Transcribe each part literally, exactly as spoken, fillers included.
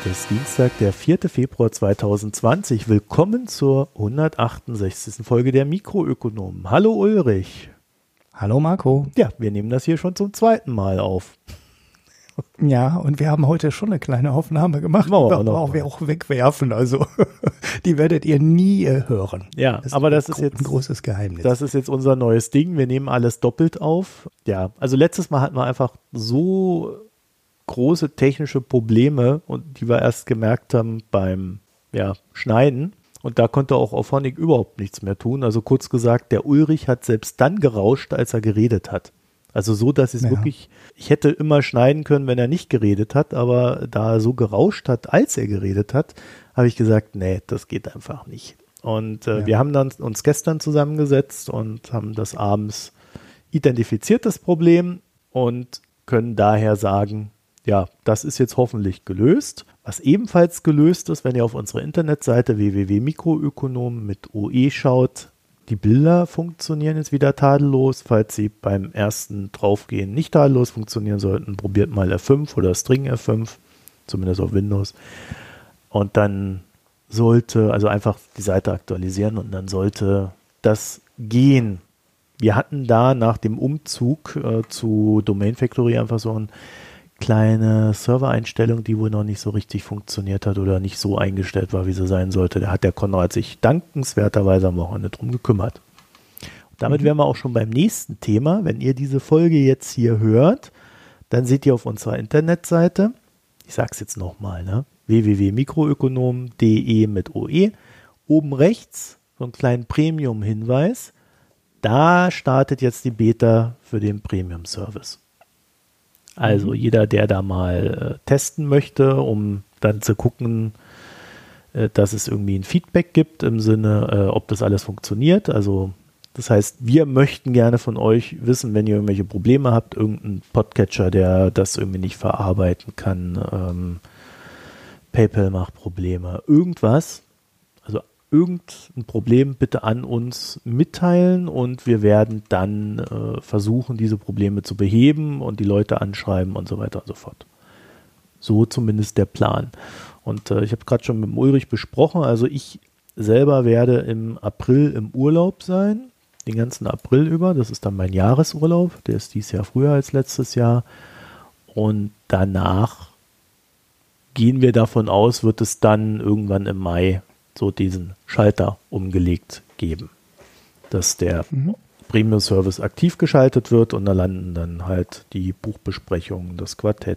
Heute ist Dienstag, der vierte Februar zweitausendzwanzig. Willkommen zur hundertachtundsechzigsten Folge der Mikroökonomen. Hallo Ulrich. Hallo Marco. Ja, wir nehmen das hier schon zum zweiten Mal auf. Ja, und wir haben heute schon eine kleine Aufnahme gemacht, Machen wir die auch wir auch wegwerfen. Also die werdet ihr nie äh, hören. Ja, das aber das ist ist jetzt ein großes Geheimnis. Das ist jetzt unser neues Ding. Wir nehmen alles doppelt auf. Ja, also letztes Mal hatten wir einfach so große technische Probleme, und die wir erst gemerkt haben beim ja, Schneiden. Und da konnte auch Auphonic überhaupt nichts mehr tun. Also kurz gesagt, der Ulrich hat selbst dann gerauscht, als er geredet hat. Also so, dass es ja. wirklich, ich hätte immer schneiden können, wenn er nicht geredet hat, aber da er so gerauscht hat, als er geredet hat, habe ich gesagt, nee, das geht einfach nicht. Und äh, ja. wir haben dann uns gestern zusammengesetzt und haben das abends identifiziert, das Problem, und können daher sagen, ja, das ist jetzt hoffentlich gelöst. Was ebenfalls gelöst ist, wenn ihr auf unsere Internetseite w w w punkt mikroökonomen mit O E schaut, die Bilder funktionieren jetzt wieder tadellos. Falls sie beim ersten Draufgehen nicht tadellos funktionieren sollten, probiert mal F fünf oder String F fünf, zumindest auf Windows. Und dann sollte, also einfach die Seite aktualisieren und dann sollte das gehen. Wir hatten da nach dem Umzug äh, zu Domain Factory einfach so ein kleine Servereinstellung, die wohl noch nicht so richtig funktioniert hat oder nicht so eingestellt war, wie sie sein sollte. Da hat der Konrad sich dankenswerterweise am Wochenende drum gekümmert. Und damit mhm. wären wir auch schon beim nächsten Thema. Wenn ihr diese Folge jetzt hier hört, dann seht ihr auf unserer Internetseite, ich sage es jetzt nochmal, ne? w w w punkt mikroökonomen punkt de mit O E, oben rechts so einen kleinen Premium-Hinweis. Da startet jetzt die Beta für den Premium-Service. Also jeder, der da mal äh, testen möchte, um dann zu gucken, äh, dass es irgendwie ein Feedback gibt im Sinne, äh, ob das alles funktioniert. Also das heißt, wir möchten gerne von euch wissen, wenn ihr irgendwelche Probleme habt, irgendein Podcatcher, der das irgendwie nicht verarbeiten kann, ähm, PayPal macht Probleme, irgendwas, also irgendein Problem bitte an uns mitteilen, und wir werden dann äh, versuchen, diese Probleme zu beheben und die Leute anschreiben und so weiter und so fort. So zumindest der Plan. Und äh, ich habe gerade schon mit dem Ulrich besprochen, also ich selber werde im April im Urlaub sein, den ganzen April über. Das ist dann mein Jahresurlaub, der ist dieses Jahr früher als letztes Jahr. Und danach gehen wir davon aus, wird es dann irgendwann im Mai so diesen Schalter umgelegt geben, dass der mhm. Premium-Service aktiv geschaltet wird, und da landen dann halt die Buchbesprechungen, das Quartett,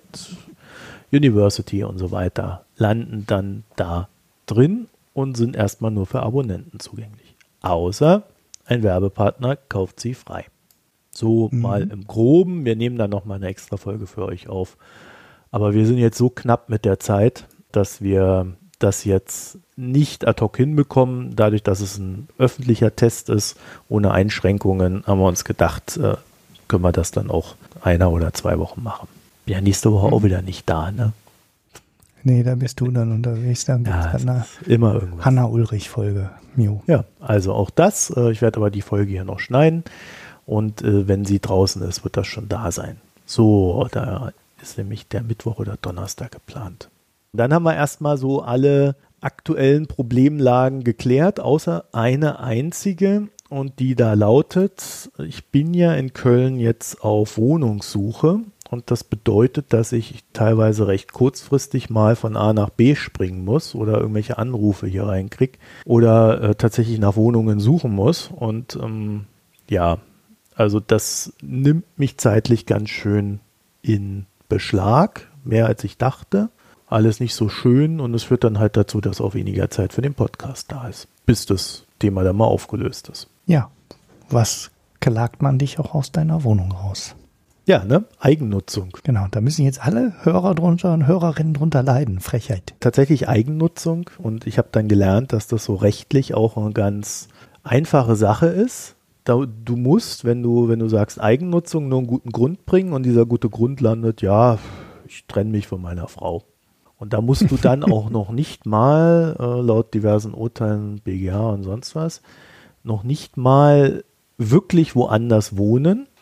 University und so weiter, landen dann da drin und sind erstmal nur für Abonnenten zugänglich. Außer ein Werbepartner kauft sie frei. So mhm. mal im Groben, wir nehmen dann nochmal eine extra Folge für euch auf, aber wir sind jetzt so knapp mit der Zeit, dass wir das jetzt nicht ad hoc hinbekommen. Dadurch, dass es ein öffentlicher Test ist, ohne Einschränkungen, haben wir uns gedacht, äh, können wir das dann auch einer oder zwei Wochen machen. Bin ja nächste Woche mhm. auch wieder nicht da, ne? Nee, da bist du dann unterwegs. Dann gibt ja, es eine immer irgendwas. Hanna-Ulrich-Folge. Jo. Ja, also auch das. Äh, ich werde aber die Folge hier noch schneiden, und äh, wenn sie draußen ist, wird das schon da sein. So, da ist nämlich der Mittwoch oder Donnerstag geplant. Dann haben wir erstmal so alle aktuellen Problemlagen geklärt, außer eine einzige, und die da lautet: Ich bin ja in Köln jetzt auf Wohnungssuche, und das bedeutet, dass ich teilweise recht kurzfristig mal von A nach B springen muss oder irgendwelche Anrufe hier reinkriege oder äh, tatsächlich nach Wohnungen suchen muss, und ähm, ja, also das nimmt mich zeitlich ganz schön in Beschlag, mehr als ich dachte. Alles nicht so schön, und es führt dann halt dazu, dass auch weniger Zeit für den Podcast da ist, bis das Thema dann mal aufgelöst ist. Ja, was klagt man dich auch aus deiner Wohnung raus? Ja, ne? Eigennutzung. Genau, da müssen jetzt alle Hörer drunter und Hörerinnen drunter leiden. Frechheit. Tatsächlich Eigennutzung, und ich habe dann gelernt, dass das so rechtlich auch eine ganz einfache Sache ist. Da, du musst, wenn du, wenn du sagst Eigennutzung, nur einen guten Grund bringen, und dieser gute Grund landet, ja, ich trenne mich von meiner Frau. Und da musst du dann auch noch nicht mal, äh, laut diversen Urteilen, B G H und sonst was, noch nicht mal wirklich woanders wohnen.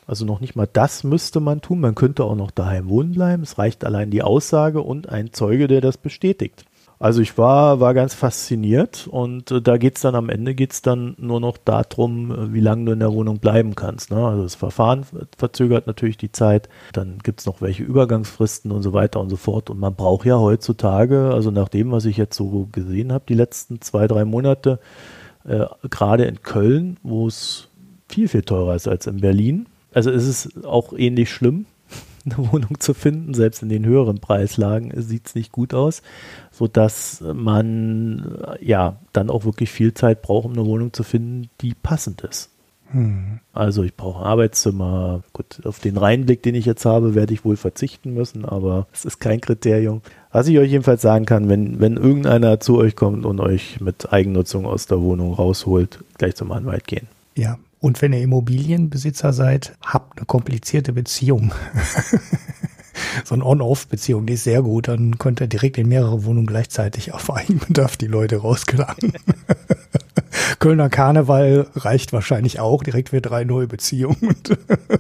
Also noch nicht mal das müsste man tun. Man könnte auch noch daheim wohnen bleiben. Es reicht allein die Aussage und ein Zeuge, der das bestätigt. Also ich war, war ganz fasziniert und äh, da geht es dann am Ende geht's dann nur noch darum, äh, wie lange du in der Wohnung bleiben kannst. Ne? Also das Verfahren verzögert natürlich die Zeit, dann gibt es noch welche Übergangsfristen und so weiter und so fort. Und man braucht ja heutzutage, also nach dem, was ich jetzt so gesehen habe, die letzten zwei, drei Monate, äh, gerade in Köln, wo es viel, viel teurer ist als in Berlin. Also es ist auch ähnlich schlimm, eine Wohnung zu finden, selbst in den höheren Preislagen sieht es nicht gut aus, sodass man ja dann auch wirklich viel Zeit braucht, um eine Wohnung zu finden, die passend ist. Hm. Also ich brauche ein Arbeitszimmer. Gut, auf den Reinblick, den ich jetzt habe, werde ich wohl verzichten müssen, aber es ist kein Kriterium. Was ich euch jedenfalls sagen kann, wenn, wenn irgendeiner zu euch kommt und euch mit Eigennutzung aus der Wohnung rausholt, gleich zum Anwalt gehen. Ja. Und wenn ihr Immobilienbesitzer seid, habt eine komplizierte Beziehung. So eine On-Off-Beziehung, die ist sehr gut. Dann könnt ihr direkt in mehrere Wohnungen gleichzeitig auf Eigenbedarf die Leute rausklagen. Kölner Karneval reicht wahrscheinlich auch. Direkt für drei neue Beziehungen. Und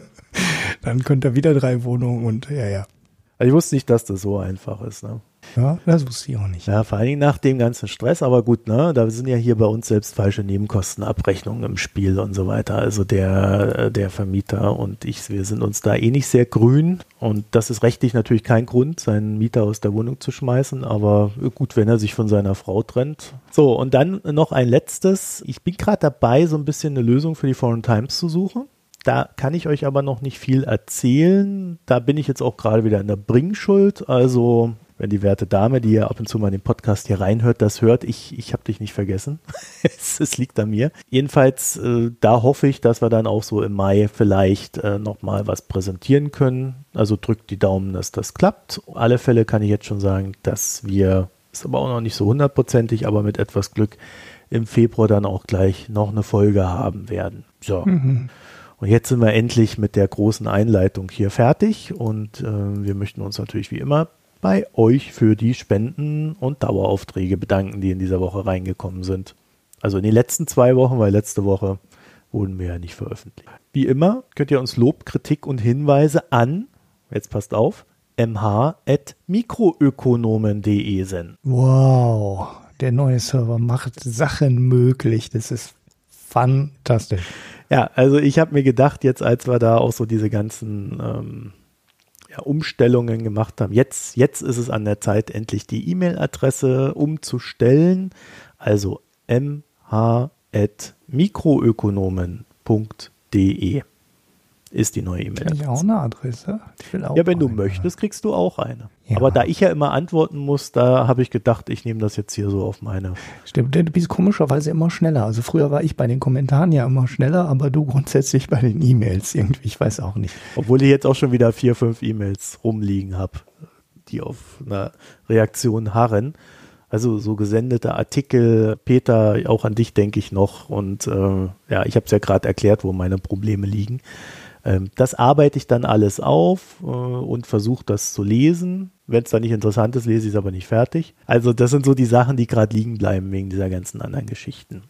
dann könnt ihr wieder drei Wohnungen und ja, ja. Also ich wusste nicht, dass das so einfach ist, ne? Ja, das wusste ich auch nicht. Ja, vor allen Dingen nach dem ganzen Stress, aber gut, ne, da sind ja hier bei uns selbst falsche Nebenkostenabrechnungen im Spiel und so weiter. Also der, der Vermieter und ich, wir sind uns da eh nicht sehr grün und das ist rechtlich natürlich kein Grund, seinen Mieter aus der Wohnung zu schmeißen, aber gut, wenn er sich von seiner Frau trennt. So, und dann noch ein letztes. Ich bin gerade dabei, so ein bisschen eine Lösung für die Foreign Times zu suchen. Da kann ich euch aber noch nicht viel erzählen. Da bin ich jetzt auch gerade wieder in der Bringschuld, also wenn die werte Dame, die ja ab und zu mal den Podcast hier reinhört, das hört, ich, ich habe dich nicht vergessen. es, es liegt an mir. Jedenfalls, äh, da hoffe ich, dass wir dann auch so im Mai vielleicht äh, nochmal was präsentieren können. Also drückt die Daumen, dass das klappt. Auf alle Fälle kann ich jetzt schon sagen, dass wir, ist aber auch noch nicht so hundertprozentig, aber mit etwas Glück im Februar dann auch gleich noch eine Folge haben werden. So. Mhm. Und jetzt sind wir endlich mit der großen Einleitung hier fertig und äh, wir möchten uns natürlich wie immer bei euch für die Spenden und Daueraufträge bedanken, die in dieser Woche reingekommen sind. Also in den letzten zwei Wochen, weil letzte Woche wurden wir ja nicht veröffentlicht. Wie immer könnt ihr uns Lob, Kritik und Hinweise an, jetzt passt auf, m h at mikroökonomen punkt de senden. Wow, der neue Server macht Sachen möglich. Das ist fantastisch. Ja, also ich habe mir gedacht, jetzt als wir da auch so diese ganzen ähm, ja, Umstellungen gemacht haben, jetzt, jetzt ist es an der Zeit, endlich die E-Mail-Adresse umzustellen. Also m h at mikroökonomen punkt de ist die neue E-Mail-Adresse. Ich auch eine Adresse? Ich will auch ja, wenn du eine. möchtest, kriegst du auch eine. Ja. Aber da ich ja immer antworten muss, da habe ich gedacht, ich nehme das jetzt hier so auf meine. Stimmt, du bist komischerweise immer schneller. Also früher war ich bei den Kommentaren ja immer schneller, aber du grundsätzlich bei den E-Mails irgendwie, ich weiß auch nicht. Obwohl ich jetzt auch schon wieder vier, fünf E-Mails rumliegen habe, die auf einer Reaktion harren. Also so gesendete Artikel, Peter, auch an dich denke ich noch. Und äh, ja, ich habe es ja gerade erklärt, wo meine Probleme liegen. Ähm, das arbeite ich dann alles auf äh, und versuche das zu lesen. Wenn es dann nicht interessant ist, lese ich es aber nicht fertig. Also das sind so die Sachen, die gerade liegen bleiben wegen dieser ganzen anderen Geschichten.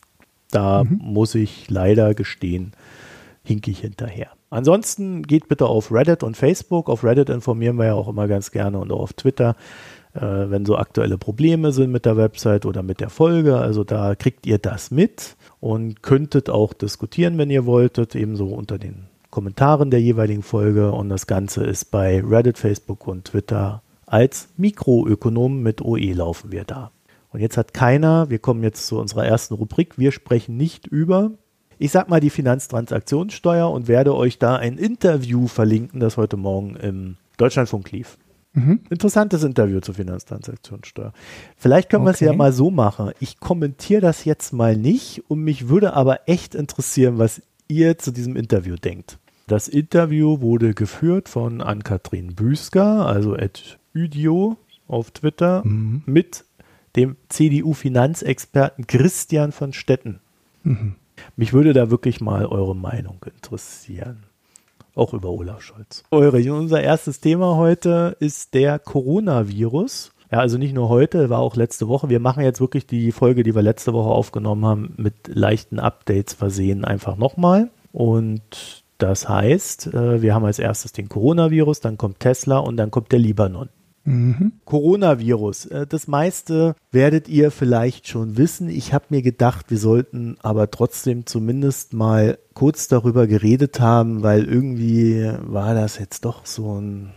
Da mhm. muss ich leider gestehen, hinke ich hinterher. Ansonsten geht bitte auf Reddit und Facebook. Auf Reddit informieren wir ja auch immer ganz gerne und auch auf Twitter, äh, wenn so aktuelle Probleme sind mit der Website oder mit der Folge. Also da kriegt ihr das mit und könntet auch diskutieren, wenn ihr wolltet, ebenso unter den Kommentaren der jeweiligen Folge. Und das Ganze ist bei Reddit, Facebook und Twitter als Mikroökonomen mit O E laufen wir da. Und jetzt hat keiner, wir kommen jetzt zu unserer ersten Rubrik, wir sprechen nicht über, ich sag mal, die Finanztransaktionssteuer und werde euch da ein Interview verlinken, das heute Morgen im Deutschlandfunk lief. Mhm. Interessantes Interview zur Finanztransaktionssteuer. Vielleicht können okay. wir es ja mal so machen. Ich kommentiere das jetzt mal nicht und mich würde aber echt interessieren, was ihr zu diesem Interview denkt. Das Interview wurde geführt von Ann-Kathrin Büsker, also at Udio auf Twitter, mhm. mit dem C D U-Finanzexperten Christian von Stetten. Mhm. Mich würde da wirklich mal eure Meinung interessieren. Auch über Olaf Scholz. Ulrich, unser erstes Thema heute ist der Coronavirus. Ja, also nicht nur heute, war auch letzte Woche. Wir machen jetzt wirklich die Folge, die wir letzte Woche aufgenommen haben, mit leichten Updates versehen, einfach nochmal. Und Das heißt, wir haben als erstes den Coronavirus, dann kommt Tesla und dann kommt der Libanon. Mhm. Coronavirus, das meiste werdet ihr vielleicht schon wissen. Ich habe mir gedacht, wir sollten aber trotzdem zumindest mal kurz darüber geredet haben, weil irgendwie war das jetzt doch so ein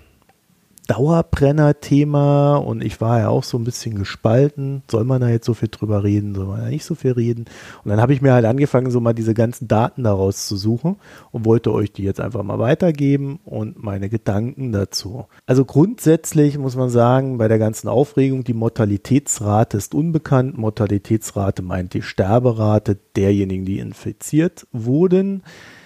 Dauerbrenner-Thema und ich war ja auch so ein bisschen gespalten. Soll man da jetzt so viel drüber reden? Soll man da nicht so viel reden? Und dann habe ich mir halt angefangen, so mal diese ganzen Daten daraus zu suchen und wollte euch die jetzt einfach mal weitergeben und meine Gedanken dazu. Also grundsätzlich muss man sagen, bei der ganzen Aufregung, die Mortalitätsrate ist unbekannt. Mortalitätsrate meint die Sterberate derjenigen, die infiziert wurden.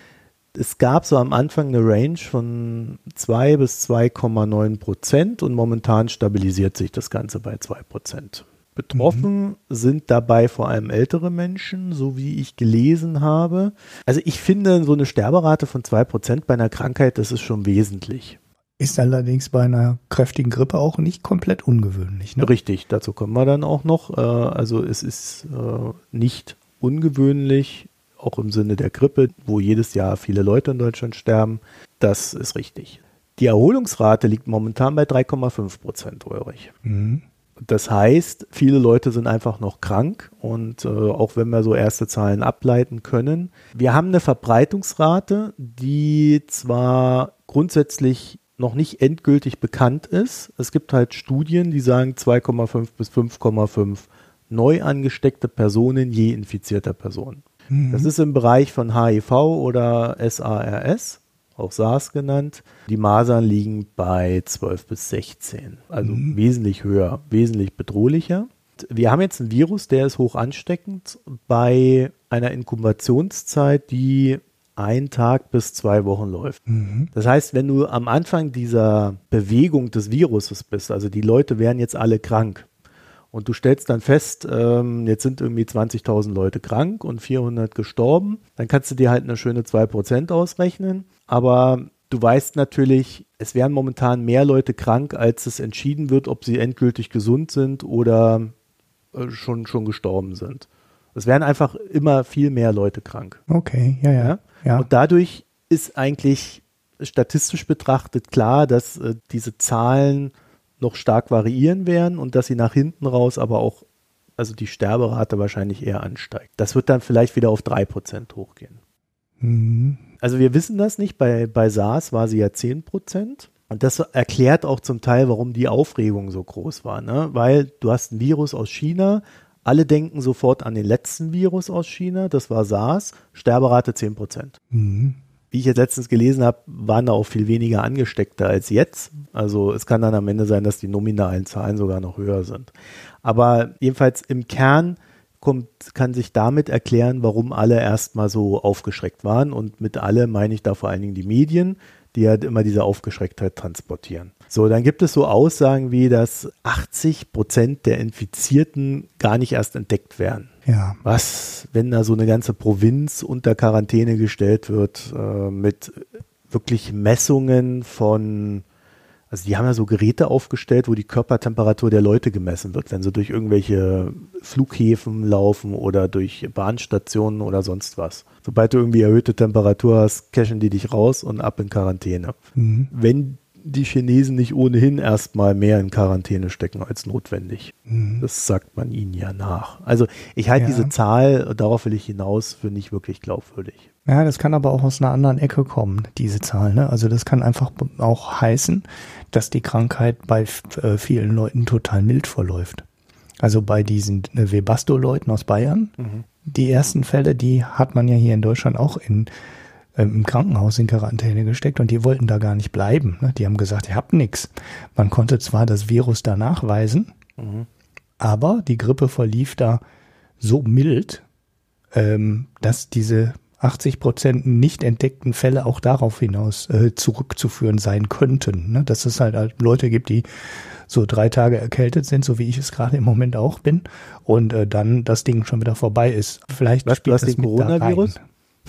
Es gab so am Anfang eine Range von zwei bis zwei Komma neun Prozent und momentan stabilisiert sich das Ganze bei zwei Prozent. Betroffen mhm. sind dabei vor allem ältere Menschen, so wie ich gelesen habe. Also ich finde, so eine Sterberate von zwei Prozent bei einer Krankheit, das ist schon wesentlich. Ist allerdings bei einer kräftigen Grippe auch nicht komplett ungewöhnlich, ne? Richtig, dazu kommen wir dann auch noch. Also es ist nicht ungewöhnlich, auch im Sinne der Grippe, wo jedes Jahr viele Leute in Deutschland sterben. Das ist richtig. Die Erholungsrate liegt momentan bei drei Komma fünf Prozent, Ulrich. Mhm. Das heißt, viele Leute sind einfach noch krank und äh, auch wenn wir so erste Zahlen ableiten können. Wir haben eine Verbreitungsrate, die zwar grundsätzlich noch nicht endgültig bekannt ist. Es gibt halt Studien, die sagen zwei Komma fünf bis fünf Komma fünf neu angesteckte Personen je infizierter Personen. Das ist im Bereich von H I V oder S A R S, auch SARS genannt. Die Masern liegen bei zwölf bis sechzehn, also mhm. wesentlich höher, wesentlich bedrohlicher. Wir haben jetzt ein Virus, der ist hoch ansteckend bei einer Inkubationszeit, die ein Tag bis zwei Wochen läuft. Mhm. Das heißt, wenn du am Anfang dieser Bewegung des Viruses bist, also die Leute wären jetzt alle krank, und du stellst dann fest, ähm, jetzt sind irgendwie zwanzigtausend Leute krank und vierhundert gestorben. Dann kannst du dir halt eine schöne zwei Prozent ausrechnen. Aber du weißt natürlich, es wären momentan mehr Leute krank, als es entschieden wird, ob sie endgültig gesund sind oder äh, schon, schon gestorben sind. Es wären einfach immer viel mehr Leute krank. Okay, ja, ja. ja. Und dadurch ist eigentlich statistisch betrachtet klar, dass äh, diese Zahlen noch stark variieren werden und dass sie nach hinten raus aber auch, also die Sterberate wahrscheinlich eher ansteigt. Das wird dann vielleicht wieder auf drei Prozent hochgehen. Mhm. Also wir wissen das nicht, bei, bei SARS war sie ja zehn Prozent und das erklärt auch zum Teil, warum die Aufregung so groß war, ne? Weil du hast ein Virus aus China, alle denken sofort an den letzten Virus aus China, das war SARS, Sterberate zehn Prozent. Mhm. Wie ich jetzt letztens gelesen habe, waren da auch viel weniger Angesteckte als jetzt. Also es kann dann am Ende sein, dass die nominalen Zahlen sogar noch höher sind. Aber jedenfalls im Kern kommt, kann sich damit erklären, warum alle erstmal so aufgeschreckt waren. Und mit alle meine ich da vor allen Dingen die Medien, die halt immer diese Aufgeschrecktheit transportieren. So, dann gibt es so Aussagen wie, dass achtzig Prozent der Infizierten gar nicht erst entdeckt werden. Ja. Was, wenn da so eine ganze Provinz unter Quarantäne gestellt wird, äh, mit wirklich Messungen von, also die haben ja so Geräte aufgestellt, wo die Körpertemperatur der Leute gemessen wird, wenn sie durch irgendwelche Flughäfen laufen oder durch Bahnstationen oder sonst was. Sobald du irgendwie erhöhte Temperatur hast, cashen die dich raus und ab in Quarantäne. Mhm. Wenn die Chinesen nicht ohnehin erstmal mehr in Quarantäne stecken als notwendig. Mhm. Das sagt man ihnen ja nach. Also ich halte ja. diese Zahl, darauf will ich hinaus, für nicht wirklich glaubwürdig. Ja, das kann aber auch aus einer anderen Ecke kommen, diese Zahl, ne? Also das kann einfach auch heißen, dass die Krankheit bei äh, vielen Leuten total mild verläuft. Also bei diesen äh, Webasto-Leuten aus Bayern, mhm. die ersten Fälle, die hat man ja hier in Deutschland auch in im Krankenhaus in Quarantäne gesteckt und die wollten da gar nicht bleiben. Ne? Die haben gesagt, ihr habt nichts. Man konnte zwar das Virus da nachweisen, mhm. aber die Grippe verlief da so mild, ähm, dass diese achtzig Prozent nicht entdeckten Fälle auch darauf hinaus äh, zurückzuführen sein könnten. Ne? Dass es halt, halt Leute gibt, die so drei Tage erkältet sind, so wie ich es gerade im Moment auch bin, und äh, dann das Ding schon wieder vorbei ist. Vielleicht Was, du hast den Coronavirus?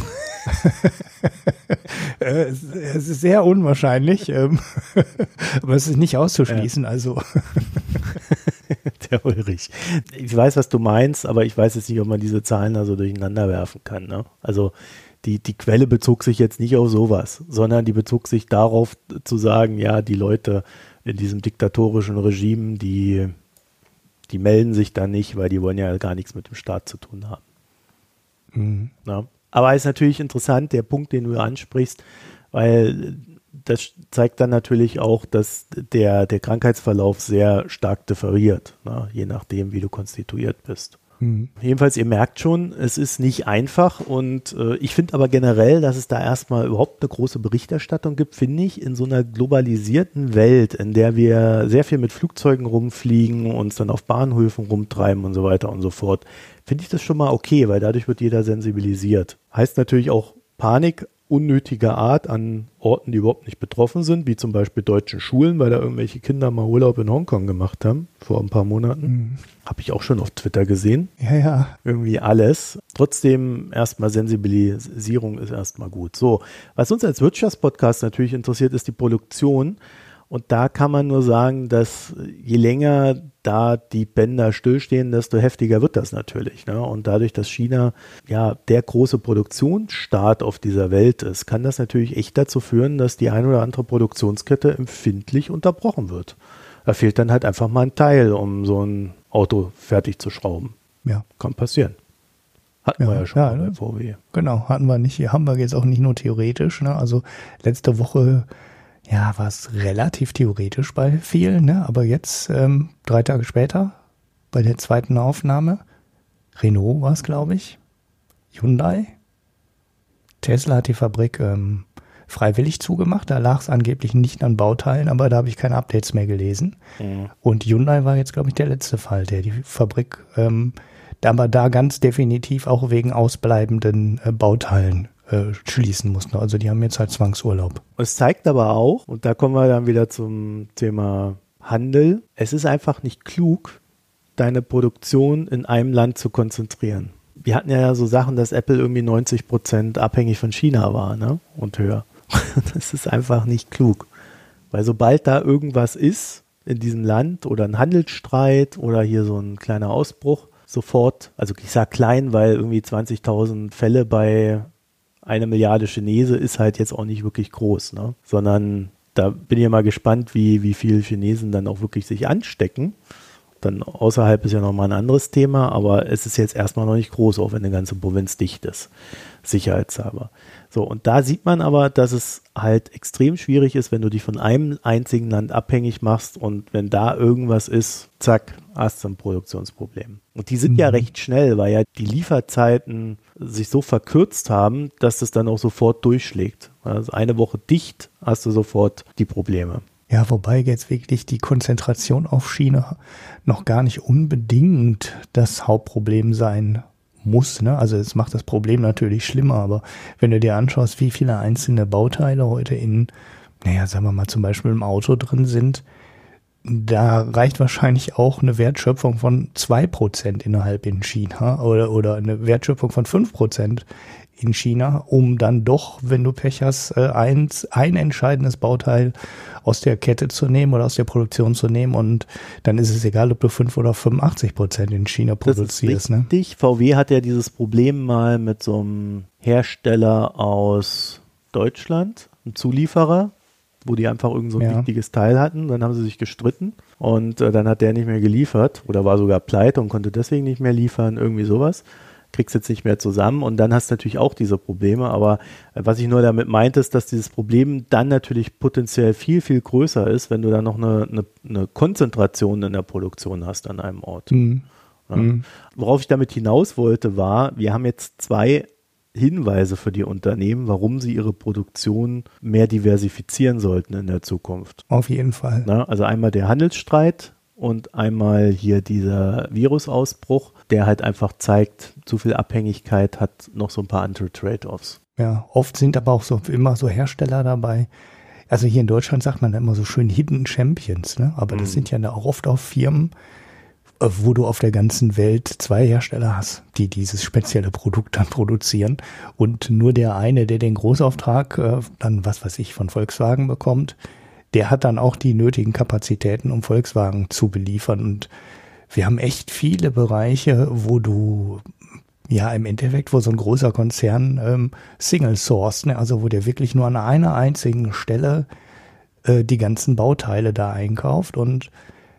Es ist sehr unwahrscheinlich, aber es ist nicht auszuschließen. Ja. Also der Ulrich. Ich weiß, was du meinst, aber ich weiß jetzt nicht, ob man diese Zahlen da so durcheinander werfen kann. Ne? Also die, die Quelle bezog sich jetzt nicht auf sowas, sondern die bezog sich darauf zu sagen, ja, die Leute in diesem diktatorischen Regime, die, die melden sich da nicht, weil die wollen ja gar nichts mit dem Staat zu tun haben. Mhm. Ja. Aber es ist natürlich interessant, der Punkt, den du ansprichst, weil das zeigt dann natürlich auch, dass der, der Krankheitsverlauf sehr stark differiert, ne, je nachdem, wie du konstituiert bist. Mhm. Jedenfalls, ihr merkt schon, es ist nicht einfach und äh, ich finde aber generell, dass es da erstmal überhaupt eine große Berichterstattung gibt, finde ich, in so einer globalisierten Welt, in der wir sehr viel mit Flugzeugen rumfliegen, uns dann auf Bahnhöfen rumtreiben und so weiter und so fort, finde ich das schon mal okay, weil dadurch wird jeder sensibilisiert. Heißt natürlich auch Panik unnötiger Art an Orten, die überhaupt nicht betroffen sind, wie zum Beispiel deutschen Schulen, weil da irgendwelche Kinder mal Urlaub in Hongkong gemacht haben, vor ein paar Monaten. Mhm. Habe ich auch schon auf Twitter gesehen. Ja, ja. Irgendwie alles. Trotzdem erstmal Sensibilisierung ist erstmal gut. So, was uns als Wirtschaftspodcast natürlich interessiert, ist die Produktion. Und da kann man nur sagen, dass je länger da die Bänder stillstehen, desto heftiger wird das natürlich. Ne? Und dadurch, dass China ja der große Produktionsstaat auf dieser Welt ist, kann das natürlich echt dazu führen, dass die eine oder andere Produktionskette empfindlich unterbrochen wird. Da fehlt dann halt einfach mal ein Teil, um so ein Auto fertig zu schrauben. Ja. Kann passieren. Hatten ja, wir ja schon ja, mal bei V W. Genau, hatten wir nicht. Hier haben wir jetzt auch nicht nur theoretisch. Ne? Also letzte Woche ja, war es relativ theoretisch bei vielen, ne? Aber jetzt, ähm, drei Tage später, bei der zweiten Aufnahme, Renault war es, glaube ich, Hyundai, Tesla hat die Fabrik ähm, freiwillig zugemacht, da lag es angeblich nicht an Bauteilen, aber da habe ich keine Updates mehr gelesen. Mhm. Und Hyundai war jetzt, glaube ich, der letzte Fall, der die Fabrik, ähm, aber da ganz definitiv auch wegen ausbleibenden äh, Bauteilen schließen mussten. Also die haben jetzt halt Zwangsurlaub. Es zeigt aber auch, und da kommen wir dann wieder zum Thema Handel, es ist einfach nicht klug, deine Produktion in einem Land zu konzentrieren. Wir hatten ja so Sachen, dass Apple irgendwie neunzig Prozent abhängig von China war, ne? Und höher. Das ist einfach nicht klug. Weil sobald da irgendwas ist in diesem Land oder ein Handelsstreit oder hier so ein kleiner Ausbruch, sofort, also ich sage klein, weil irgendwie zwanzigtausend Fälle bei eine Milliarde Chinesen ist halt jetzt auch nicht wirklich groß, ne? Sondern da bin ich mal gespannt, wie, wie viele Chinesen dann auch wirklich sich anstecken. Dann außerhalb ist ja nochmal ein anderes Thema, aber es ist jetzt erstmal noch nicht groß, auch wenn eine ganze Provinz dicht ist, sicherheitshalber. So, und da sieht man aber, dass es halt extrem schwierig ist, wenn du dich von einem einzigen Land abhängig machst und wenn da irgendwas ist, zack, hast du ein Produktionsproblem. Und die sind mhm. ja recht schnell, weil ja die Lieferzeiten sich so verkürzt haben, dass das dann auch sofort durchschlägt. Also eine Woche dicht, hast du sofort die Probleme. Ja, wobei jetzt wirklich die Konzentration auf China noch gar nicht unbedingt das Hauptproblem sein muss, ne? Also es macht das Problem natürlich schlimmer, aber wenn du dir anschaust, wie viele einzelne Bauteile heute in, naja, sagen wir mal zum Beispiel im Auto drin sind, da reicht wahrscheinlich auch eine Wertschöpfung von zwei Prozent innerhalb in China oder, oder eine Wertschöpfung von fünf Prozent in China, um dann doch, wenn du Pech hast, ein, ein entscheidendes Bauteil aus der Kette zu nehmen oder aus der Produktion zu nehmen und dann ist es egal, ob du fünf oder fünfundachtzig Prozent in China produzierst. Das ist richtig. Ne? V W hat ja dieses Problem mal mit so einem Hersteller aus Deutschland, einem Zulieferer, wo die einfach irgend so ein ja. wichtiges Teil hatten. Dann haben sie sich gestritten und äh, dann hat der nicht mehr geliefert oder war sogar pleite und konnte deswegen nicht mehr liefern, irgendwie sowas. Kriegst jetzt nicht mehr zusammen und dann hast du natürlich auch diese Probleme, aber äh, was ich nur damit meinte, ist, dass dieses Problem dann natürlich potenziell viel, viel größer ist, wenn du dann noch eine, eine, eine Konzentration in der Produktion hast an einem Ort. Mhm. Ja. Mhm. Worauf ich damit hinaus wollte, war, wir haben jetzt zwei Hinweise für die Unternehmen, warum sie ihre Produktion mehr diversifizieren sollten in der Zukunft. Auf jeden Fall. Na, also einmal der Handelsstreit und einmal hier dieser Virusausbruch, der halt einfach zeigt, zu viel Abhängigkeit hat noch so ein paar andere Trade-offs. Ja, oft sind aber auch so immer so Hersteller dabei. Also hier in Deutschland sagt man immer so schön Hidden Champions, ne? Aber mhm. das sind ja auch oft auch Firmen, wo du auf der ganzen Welt zwei Hersteller hast, die dieses spezielle Produkt dann produzieren und nur der eine, der den Großauftrag äh, dann, was weiß ich, von Volkswagen bekommt, der hat dann auch die nötigen Kapazitäten, um Volkswagen zu beliefern und wir haben echt viele Bereiche, wo du Ja, im Endeffekt, wo so ein großer Konzern ähm, Single Source, ne, also wo der wirklich nur an einer einzigen Stelle äh, die ganzen Bauteile da einkauft. Und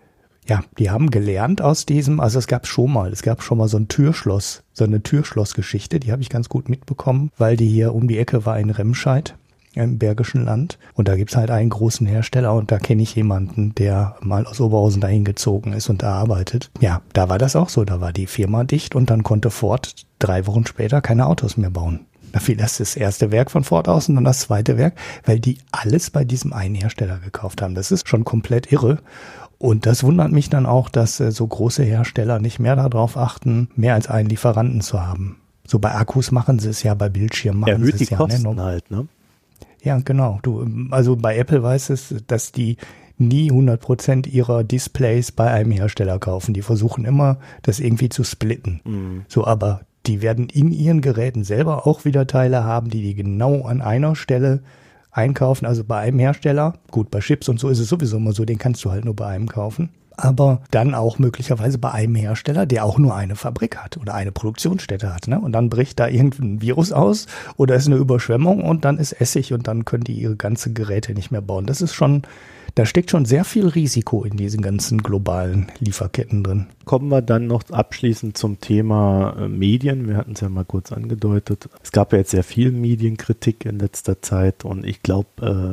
ja, die haben gelernt aus diesem, also es gab schon mal, es gab schon mal so ein Türschloss, so eine Türschlossgeschichte, die habe ich ganz gut mitbekommen, weil die hier um die Ecke war in Remscheid, im Bergischen Land. Und da gibt's halt einen großen Hersteller und da kenne ich jemanden, der mal aus Oberhausen dahin gezogen ist und da arbeitet. Ja, da war das auch so. Da war die Firma dicht und dann konnte Ford drei Wochen später keine Autos mehr bauen. Da fiel erst das erste Werk von Ford aus und dann das zweite Werk, weil die alles bei diesem einen Hersteller gekauft haben. Das ist schon komplett irre. Und das wundert mich dann auch, dass äh, so große Hersteller nicht mehr darauf achten, mehr als einen Lieferanten zu haben. So bei Akkus machen sie es ja, bei Bildschirmen machen Erhöht sie es die ja. Kosten Ne? halt, ne? Ja, genau. Du, also bei Apple weiß es, dass die nie hundert Prozent ihrer Displays bei einem Hersteller kaufen. Die versuchen immer, das irgendwie zu splitten. Mhm. So, aber die werden in ihren Geräten selber auch wieder Teile haben, die die genau an einer Stelle einkaufen. Also bei einem Hersteller. Gut, bei Chips und so ist es sowieso immer so, den kannst du halt nur bei einem kaufen. Aber dann auch möglicherweise bei einem Hersteller, der auch nur eine Fabrik hat oder eine Produktionsstätte hat. Ne? Und dann bricht da irgendein Virus aus oder ist eine Überschwemmung und dann ist Essig und dann können die ihre ganzen Geräte nicht mehr bauen. Das ist schon, da steckt schon sehr viel Risiko in diesen ganzen globalen Lieferketten drin. Kommen wir dann noch abschließend zum Thema äh, Medien. Wir hatten es ja mal kurz angedeutet. Es gab ja jetzt sehr viel Medienkritik in letzter Zeit und ich glaube,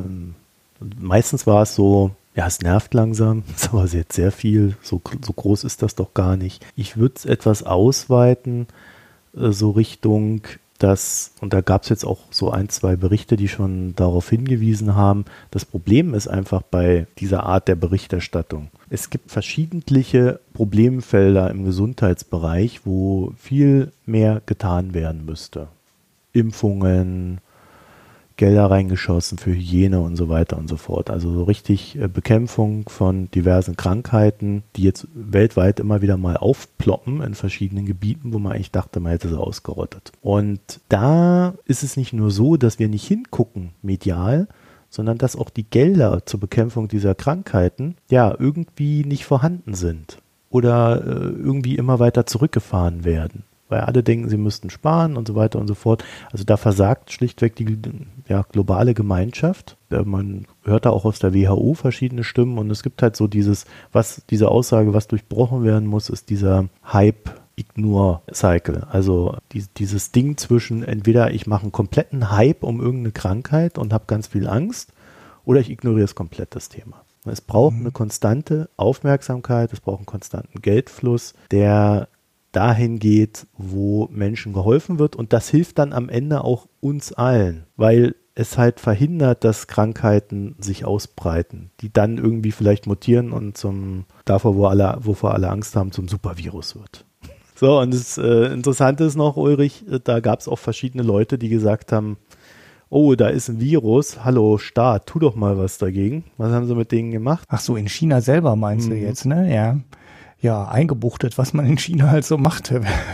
äh, meistens war es so, ja, es nervt langsam, ist aber jetzt sehr viel, so, so groß ist das doch gar nicht. Ich würde es etwas ausweiten, äh, so Richtung, dass, und da gab es jetzt auch so ein, zwei Berichte, die schon darauf hingewiesen haben, das Problem ist einfach bei dieser Art der Berichterstattung. Es gibt verschiedentliche Problemfelder im Gesundheitsbereich, wo viel mehr getan werden müsste. Impfungen, Gelder reingeschossen für Hygiene und so weiter und so fort. Also so richtig äh, Bekämpfung von diversen Krankheiten, die jetzt weltweit immer wieder mal aufploppen in verschiedenen Gebieten, wo man eigentlich dachte, man hätte sie ausgerottet. Und da ist es nicht nur so, dass wir nicht hingucken medial, sondern dass auch die Gelder zur Bekämpfung dieser Krankheiten ja irgendwie nicht vorhanden sind oder äh, irgendwie immer weiter zurückgefahren werden. Weil alle denken, sie müssten sparen und so weiter und so fort. Also da versagt schlichtweg die ja, globale Gemeinschaft. Man hört da auch aus der W H O verschiedene Stimmen und es gibt halt so dieses, was diese Aussage, was durchbrochen werden muss, ist dieser Hype-Ignore-Cycle. Also die, dieses Ding zwischen entweder ich mache einen kompletten Hype um irgendeine Krankheit und habe ganz viel Angst oder ich ignoriere es komplett, das Thema. Es braucht eine konstante Aufmerksamkeit, es braucht einen konstanten Geldfluss, der dahin geht, wo Menschen geholfen wird und das hilft dann am Ende auch uns allen, weil es halt verhindert, dass Krankheiten sich ausbreiten, die dann irgendwie vielleicht mutieren und zum, davor, wo alle, wovor alle Angst haben, zum Supervirus wird. So, und das äh, Interessante ist noch, Ulrich, da gab es auch verschiedene Leute, die gesagt haben, oh, da ist ein Virus, hallo Staat, tu doch mal was dagegen. Was haben sie mit denen gemacht? Ach so, in China selber meinst mhm. du jetzt, ne? Ja. Ja, eingebuchtet, was man in China halt so macht,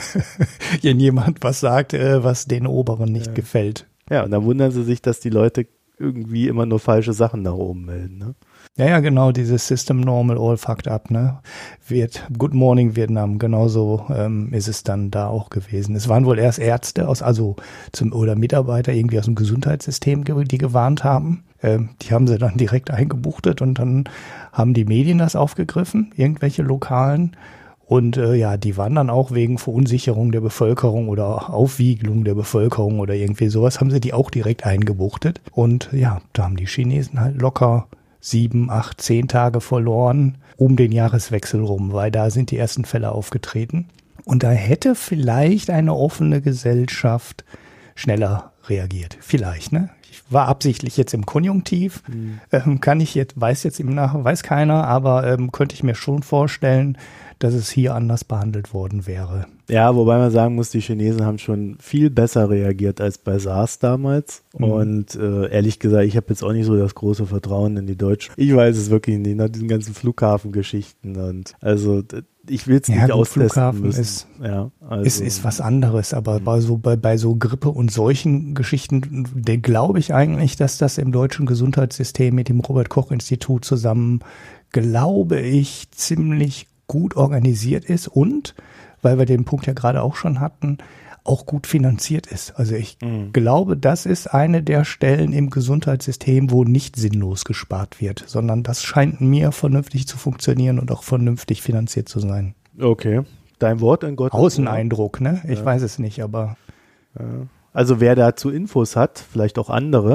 wenn jemand was sagt, was den Oberen nicht ja. gefällt. Ja, und dann wundern sie sich, dass die Leute irgendwie immer nur falsche Sachen nach oben melden, ne? Ja, ja, genau, dieses System Normal All Fucked Up, ne? Viet, Good Morning Vietnam, genauso ähm, ist es dann da auch gewesen. Es waren wohl erst Ärzte aus, also zum oder Mitarbeiter irgendwie aus dem Gesundheitssystem, die gewarnt haben. Ähm, die haben sie dann direkt eingebuchtet und dann haben die Medien das aufgegriffen, irgendwelche lokalen. Und äh, ja, die waren dann auch wegen Verunsicherung der Bevölkerung oder Aufwiegelung der Bevölkerung oder irgendwie sowas, haben sie die auch direkt eingebuchtet. Und ja, da haben die Chinesen halt locker sieben, acht, zehn Tage verloren um den Jahreswechsel rum, weil da sind die ersten Fälle aufgetreten. Und da hätte vielleicht eine offene Gesellschaft schneller reagiert. Vielleicht, ne? Ich war absichtlich jetzt im Konjunktiv, mhm. ähm, kann ich jetzt, weiß jetzt im Nach, weiß keiner, aber ähm, könnte ich mir schon vorstellen, dass es hier anders behandelt worden wäre. Ja, wobei man sagen muss, die Chinesen haben schon viel besser reagiert als bei SARS damals. Mhm. Und äh, ehrlich gesagt, ich habe jetzt auch nicht so das große Vertrauen in die Deutschen. Ich weiß es wirklich nicht, nach diesen ganzen Flughafengeschichten. Und also ich will es ja, nicht gut, austesten Flughafen müssen. Ist, ja, also. ist, ist was anderes, aber mhm. bei, so, bei, bei so Grippe und solchen Geschichten, den glaube ich eigentlich, dass das im deutschen Gesundheitssystem mit dem Robert-Koch-Institut zusammen, glaube ich, ziemlich gut organisiert ist und, weil wir den Punkt ja gerade auch schon hatten, auch gut finanziert ist. Also ich Mhm. glaube, das ist eine der Stellen im Gesundheitssystem, wo nicht sinnlos gespart wird, sondern das scheint mir vernünftig zu funktionieren und auch vernünftig finanziert zu sein. Okay, dein Wort in Gottes Außeneindruck, ne? Ich Ja. weiß es nicht, aber Ja. Also wer dazu Infos hat, vielleicht auch andere,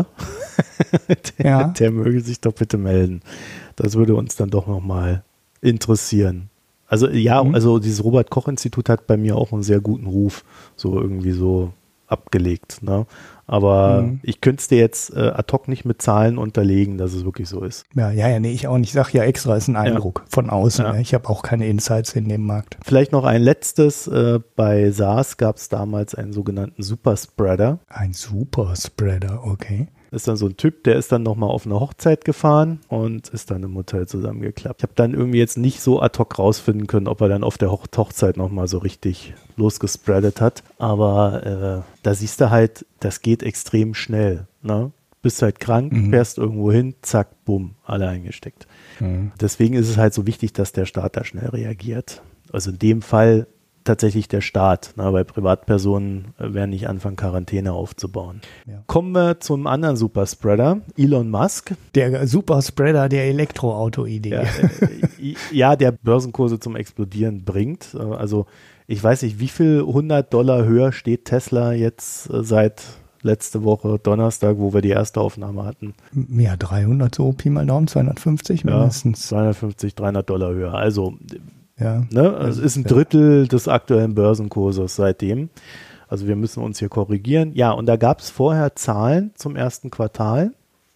der, Ja. der möge sich doch bitte melden. Das würde uns dann doch nochmal interessieren. Also ja, Mhm. also dieses Robert-Koch-Institut hat bei mir auch einen sehr guten Ruf, so irgendwie so abgelegt. Ne? Aber Mhm. ich könnte es dir jetzt äh, ad hoc nicht mit Zahlen unterlegen, dass es wirklich so ist. ja, ja, ja, nee, ich auch nicht. Ich sag ja extra, ist ein Eindruck von außen. Ja. Ne? Ich habe auch keine Insights in dem Markt. Vielleicht noch ein letztes. Äh, bei SARS gab es damals einen sogenannten Superspreader. Ein Superspreader, okay. Ist dann so ein Typ, der ist dann nochmal auf eine Hochzeit gefahren und ist dann im Hotel zusammengeklappt. Ich habe dann irgendwie jetzt nicht so ad hoc rausfinden können, ob er dann auf der Hoch- Hochzeit nochmal so richtig losgespreadet hat. Aber äh, da siehst du halt, das geht extrem schnell. Ne? Bist halt krank, Mhm. fährst irgendwo hin, zack, bumm, alle eingesteckt. Mhm. Deswegen ist es halt so wichtig, dass der Staat da schnell reagiert. Also in dem Fall tatsächlich der Staat, ne, weil Privatpersonen äh, werden nicht anfangen, Quarantäne aufzubauen. Ja. Kommen wir zum anderen Superspreader, Elon Musk. Der Superspreader der Elektroauto-Idee. Ja, äh, ja, der Börsenkurse zum Explodieren bringt. Äh, Also ich weiß nicht, wie viel hundert Dollar höher steht Tesla jetzt äh, seit letzte Woche Donnerstag, wo wir die erste Aufnahme hatten. Ja, dreihundert so, Pi mal Daumen, zweihundertfünfzig Ja, mindestens. zweihundertfünfzig, dreihundert Dollar höher. Also Ja. Ne? Es ist ein Drittel des aktuellen Börsenkurses seitdem. Also wir müssen uns hier korrigieren. Ja, und da gab es vorher Zahlen zum ersten Quartal.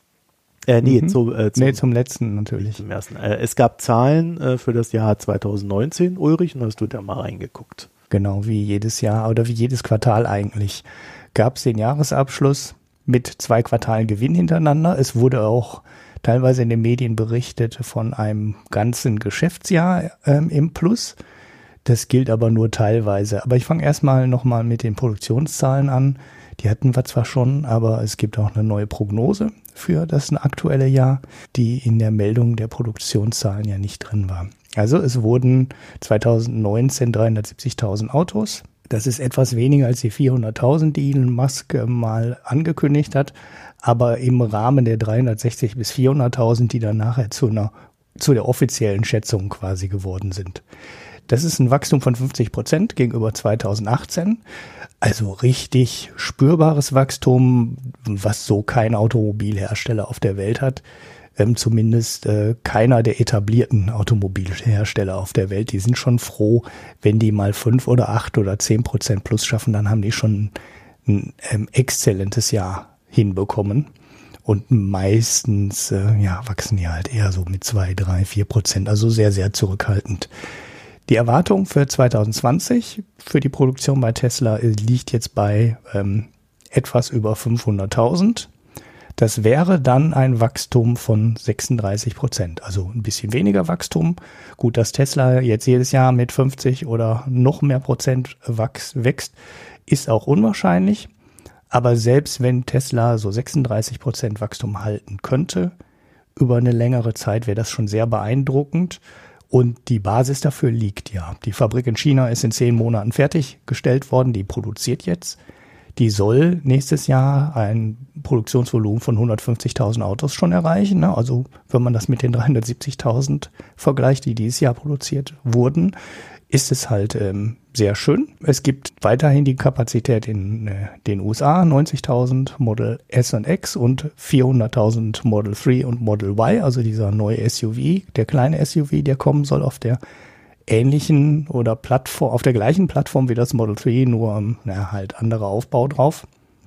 Äh, nee, Mhm. zu, äh, zum, Nee, zum letzten natürlich. zum ersten. Äh, es gab Zahlen äh, für das Jahr zwanzig neunzehn, Ulrich, und hast du da mal reingeguckt. Genau, wie jedes Jahr oder wie jedes Quartal eigentlich. Gab es den Jahresabschluss mit zwei Quartalen Gewinn hintereinander. Es wurde auch teilweise in den Medien berichtet von einem ganzen Geschäftsjahr ähm, im Plus. Das gilt aber nur teilweise. Aber ich fange erstmal nochmal mit den Produktionszahlen an. Die hatten wir zwar schon, aber es gibt auch eine neue Prognose für das aktuelle Jahr, die in der Meldung der Produktionszahlen ja nicht drin war. Also es wurden zwanzig neunzehn dreihundertsiebzigtausend Autos. Das ist etwas weniger als die vierhunderttausend, die Elon Musk äh, mal angekündigt hat. Aber im Rahmen der dreihundertsechzig bis vierhunderttausend, die dann nachher zu einer, zu der offiziellen Schätzung quasi geworden sind. Das ist ein Wachstum von fünfzig Prozent gegenüber zweitausendachtzehn. Also richtig spürbares Wachstum, was so kein Automobilhersteller auf der Welt hat. Ähm, zumindest äh, keiner der etablierten Automobilhersteller auf der Welt. Die sind schon froh, wenn die mal fünf oder acht oder zehn Prozent plus schaffen, dann haben die schon ein ähm, exzellentes Jahr hinbekommen. Und meistens äh, ja, wachsen die halt eher so mit zwei, drei, vier Prozent, also sehr, sehr zurückhaltend. Die Erwartung für zwanzig zwanzig für die Produktion bei Tesla liegt jetzt bei ähm, etwas über fünfhunderttausend. Das wäre dann ein Wachstum von sechsunddreißig Prozent, also ein bisschen weniger Wachstum. Gut, dass Tesla jetzt jedes Jahr mit fünfzig oder noch mehr Prozent wachs, wächst, ist auch unwahrscheinlich. Aber selbst wenn Tesla so sechsunddreißig Prozent Wachstum halten könnte, über eine längere Zeit wäre das schon sehr beeindruckend. Und die Basis dafür liegt ja. Die Fabrik in China ist in zehn Monaten fertiggestellt worden, die produziert jetzt. Die soll nächstes Jahr ein Produktionsvolumen von hundertfünfzigtausend Autos schon erreichen. Ne? Also wenn man das mit den dreihundertsiebzigtausend vergleicht, die dieses Jahr produziert wurden, ist es halt ähm, sehr schön. Es gibt weiterhin die Kapazität in äh, den U S A, neunzigtausend Model S und X und vierhunderttausend Model drei und Model Y, also dieser neue S U V, der kleine S U V, der kommen soll auf der ähnlichen oder Plattform, auf der gleichen Plattform wie das Model drei, nur na, halt anderer Aufbau drauf.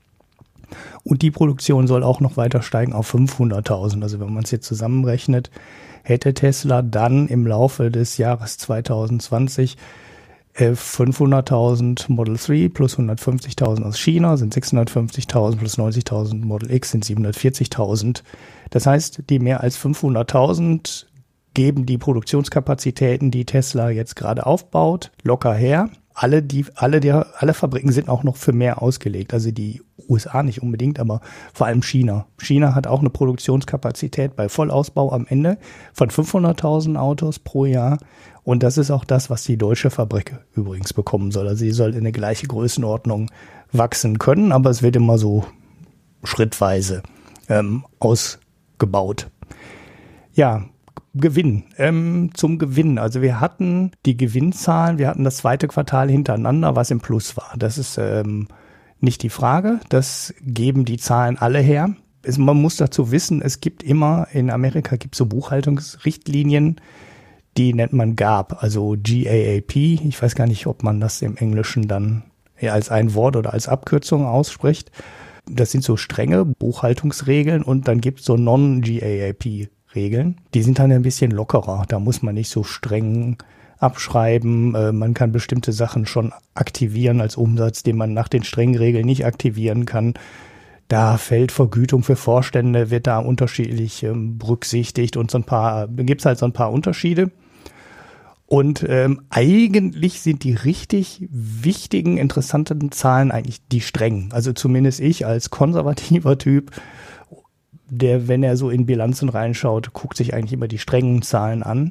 Und die Produktion soll auch noch weiter steigen auf fünfhunderttausend. Also wenn man es jetzt zusammenrechnet, hätte Tesla dann im Laufe des Jahres zwanzig zwanzig äh, fünfhunderttausend Model drei plus hundertfünfzigtausend aus China sind sechshundertfünfzigtausend plus neunzigtausend Model X sind siebenhundertvierzigtausend. Das heißt, die mehr als fünfhunderttausend geben die Produktionskapazitäten, die Tesla jetzt gerade aufbaut, locker her. Alle, die, alle, der, alle Fabriken sind auch noch für mehr ausgelegt. Also die U S A nicht unbedingt, aber vor allem China. China hat auch eine Produktionskapazität bei Vollausbau am Ende von fünfhunderttausend Autos pro Jahr. Und das ist auch das, was die deutsche Fabrik übrigens bekommen soll. Also sie soll in eine gleiche Größenordnung wachsen können, aber es wird immer so schrittweise ähm, ausgebaut. Ja, Gewinn. Ähm, zum Gewinn. Also wir hatten die Gewinnzahlen, wir hatten das zweite Quartal hintereinander, was im Plus war. Das ist ähm, nicht die Frage. Das geben die Zahlen alle her. Es, man muss dazu wissen, es gibt immer, in Amerika gibt es so Buchhaltungsrichtlinien, die nennt man G A A P, also G A A P. Ich weiß gar nicht, ob man das im Englischen dann als ein Wort oder als Abkürzung ausspricht. Das sind so strenge Buchhaltungsregeln und dann gibt es so Non-G A A P Regeln. Die sind dann ein bisschen lockerer. Da muss man nicht so streng abschreiben. Man kann bestimmte Sachen schon aktivieren als Umsatz, den man nach den strengen Regeln nicht aktivieren kann. Da fällt Vergütung für Vorstände, wird da unterschiedlich ähm, berücksichtigt und so ein paar, gibt es halt so ein paar Unterschiede. Und ähm, eigentlich sind die richtig wichtigen, interessanten Zahlen eigentlich die strengen. Also zumindest ich als konservativer Typ, der, wenn er so in Bilanzen reinschaut, guckt sich eigentlich immer die strengen Zahlen an.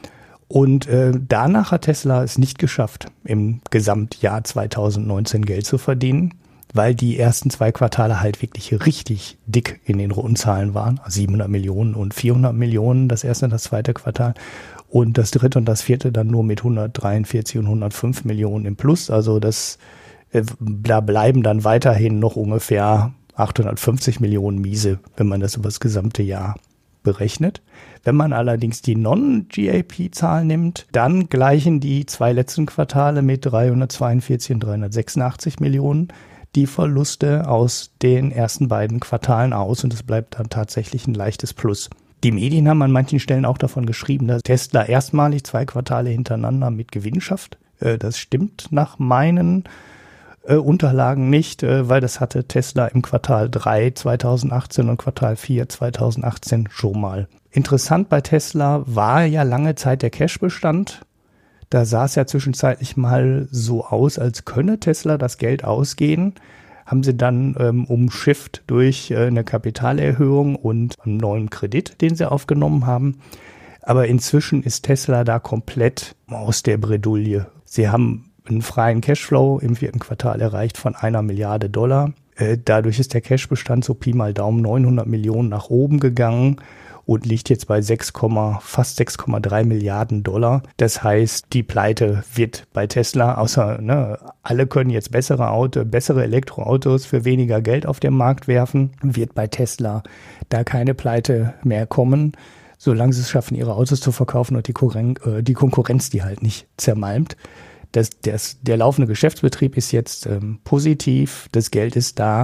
Und äh, danach hat Tesla es nicht geschafft, im Gesamtjahr zwanzig neunzehn Geld zu verdienen, weil die ersten zwei Quartale halt wirklich richtig dick in den roten Zahlen waren. siebenhundert Millionen und vierhundert Millionen, das erste und das zweite Quartal. Und das dritte und das vierte dann nur mit hundertdreiundvierzig und hundertfünf Millionen im Plus. Also das, äh, da bleiben dann weiterhin noch ungefähr achthundertfünfzig Millionen miese, wenn man das über das gesamte Jahr berechnet. Wenn man allerdings die Non-G A P-Zahlen nimmt, dann gleichen die zwei letzten Quartale mit dreihundertzweiundvierzig und dreihundertsechsundachtzig Millionen die Verluste aus den ersten beiden Quartalen aus und es bleibt dann tatsächlich ein leichtes Plus. Die Medien haben an manchen Stellen auch davon geschrieben, dass Tesla erstmalig zwei Quartale hintereinander mit Gewinn schafft. Das stimmt nach meinen Äh, Unterlagen nicht, äh, weil das hatte Tesla im Quartal drei zweitausendachtzehn und Quartal vier zweitausendachtzehn schon mal. Interessant bei Tesla war ja lange Zeit der Cashbestand. Da sah es ja zwischenzeitlich mal so aus, als könne Tesla das Geld ausgehen. Haben sie dann ähm, umschifft durch äh, eine Kapitalerhöhung und einen neuen Kredit, den sie aufgenommen haben. Aber inzwischen ist Tesla da komplett aus der Bredouille. Sie haben einen freien Cashflow im vierten Quartal erreicht von einer Milliarde Dollar. Äh, dadurch ist der Cashbestand so Pi mal Daumen neunhundert Millionen nach oben gegangen und liegt jetzt bei sechs, fast sechs Komma drei Milliarden Dollar. Das heißt, die Pleite wird bei Tesla, außer ne, alle können jetzt bessere Auto, bessere Elektroautos für weniger Geld auf den Markt werfen, wird bei Tesla da keine Pleite mehr kommen, solange sie es schaffen, ihre Autos zu verkaufen und die, Konkurren- äh, die Konkurrenz die halt nicht zermalmt. Das, das, der laufende Geschäftsbetrieb ist jetzt ähm, positiv, das Geld ist da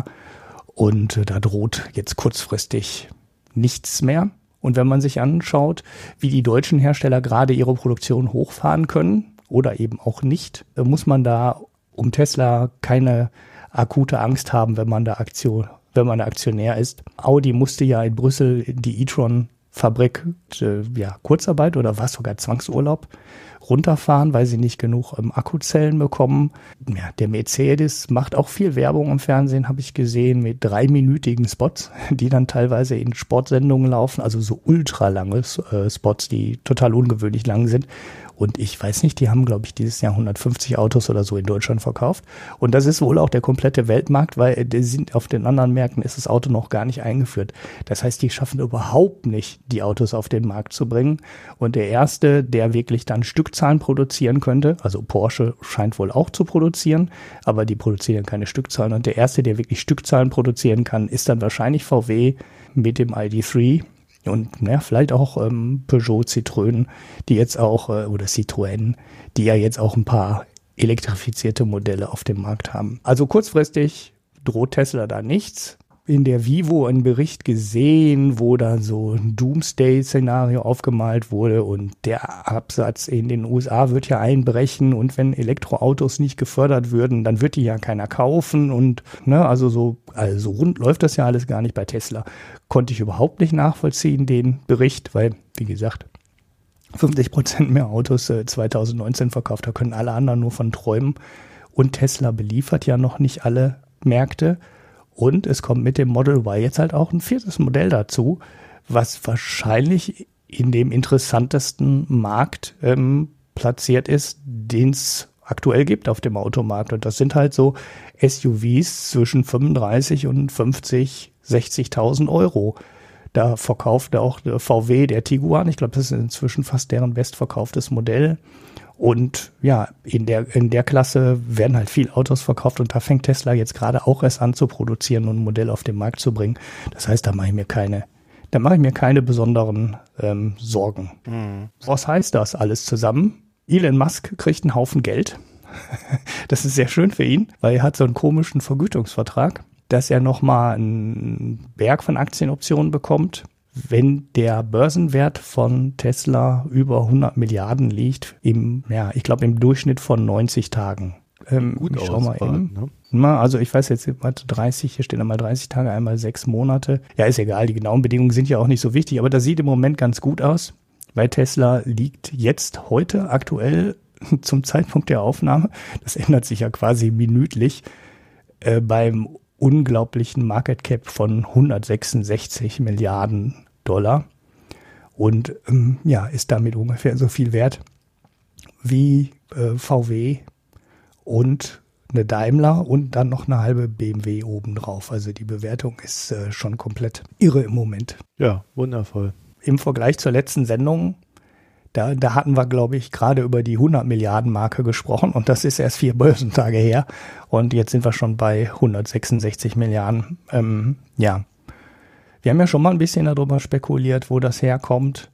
und äh, da droht jetzt kurzfristig nichts mehr. Und wenn man sich anschaut, wie die deutschen Hersteller gerade ihre Produktion hochfahren können oder eben auch nicht, äh, muss man da um Tesla keine akute Angst haben, wenn man da Aktion, wenn man da Aktionär ist. Audi musste ja in Brüssel die e-tron-Fabrik, äh, ja, Kurzarbeit oder was sogar Zwangsurlaub runterfahren, weil sie nicht genug ähm, Akkuzellen bekommen. Ja, der Mercedes macht auch viel Werbung im Fernsehen, habe ich gesehen, mit dreiminütigen Spots, die dann teilweise in Sportsendungen laufen, also so ultralange äh, Spots, die total ungewöhnlich lang sind. Und ich weiß nicht, die haben, glaube ich, dieses Jahr hundertfünfzig Autos oder so in Deutschland verkauft. Und das ist wohl auch der komplette Weltmarkt, weil die sind auf den anderen Märkten ist das Auto noch gar nicht eingeführt. Das heißt, die schaffen überhaupt nicht, die Autos auf den Markt zu bringen. Und der erste, der wirklich dann Stückzahlen produzieren könnte, also Porsche scheint wohl auch zu produzieren, aber die produzieren keine Stückzahlen. Und der erste, der wirklich Stückzahlen produzieren kann, ist dann wahrscheinlich V W mit dem I D drei. Und ja, vielleicht auch ähm, Peugeot, Citroën, die jetzt auch, äh, oder Citroën, die ja jetzt auch ein paar elektrifizierte Modelle auf dem Markt haben. Also kurzfristig droht Tesla da nichts. In der Vivo einen Bericht gesehen, wo da so ein Doomsday-Szenario aufgemalt wurde und der Absatz in den U S A wird ja einbrechen und wenn Elektroautos nicht gefördert würden, dann wird die ja keiner kaufen und ne, also so also rund läuft das ja alles gar nicht bei Tesla. Konnte ich überhaupt nicht nachvollziehen, den Bericht, weil, wie gesagt, fünfzig Prozent mehr Autos äh, zwanzig neunzehn verkauft, da können alle anderen nur von träumen und Tesla beliefert ja noch nicht alle Märkte. Und es kommt mit dem Model Y jetzt halt auch ein viertes Modell dazu, was wahrscheinlich in dem interessantesten Markt ähm, platziert ist, den es aktuell gibt auf dem Automarkt. Und das sind halt so S U Vs zwischen fünfunddreißig und fünfzig, sechzigtausend Euro. Da verkauft auch der V W, der Tiguan. Ich glaube, das ist inzwischen fast deren bestverkauftes Modell. Und ja, in der, in der Klasse werden halt viel Autos verkauft und da fängt Tesla jetzt gerade auch erst an zu produzieren und ein Modell auf den Markt zu bringen. Das heißt, da mache ich mir keine, da mache ich mir keine besonderen ähm, Sorgen. Mhm. Was heißt das alles zusammen? Elon Musk kriegt einen Haufen Geld. Das ist sehr schön für ihn, weil er hat so einen komischen Vergütungsvertrag, dass er nochmal einen Berg von Aktienoptionen bekommt, wenn der Börsenwert von Tesla über hundert Milliarden liegt, im, ja, ich glaube im Durchschnitt von neunzig Tagen. Ähm, Gut ich schau mal eben. Ne? Na, also ich weiß jetzt dreißig, hier stehen einmal dreißig Tage, einmal sechs Monate. Ja, ist egal, die genauen Bedingungen sind ja auch nicht so wichtig, aber das sieht im Moment ganz gut aus, weil Tesla liegt jetzt heute aktuell zum Zeitpunkt der Aufnahme, das ändert sich ja quasi minütlich, äh, beim unglaublichen Market Cap von hundertsechsundsechzig Milliarden Dollar und ähm, ja, ist damit ungefähr so viel wert wie äh, V W und eine Daimler und dann noch eine halbe B M W obendrauf. Also die Bewertung ist äh, schon komplett irre im Moment. Ja, wundervoll. Im Vergleich zur letzten Sendung, da, da hatten wir, glaube ich, gerade über die hundert Milliarden Marke gesprochen und das ist erst vier Börsentage her und jetzt sind wir schon bei hundertsechsundsechzig Milliarden. Ähm, ja, wir haben ja schon mal ein bisschen darüber spekuliert, wo das herkommt.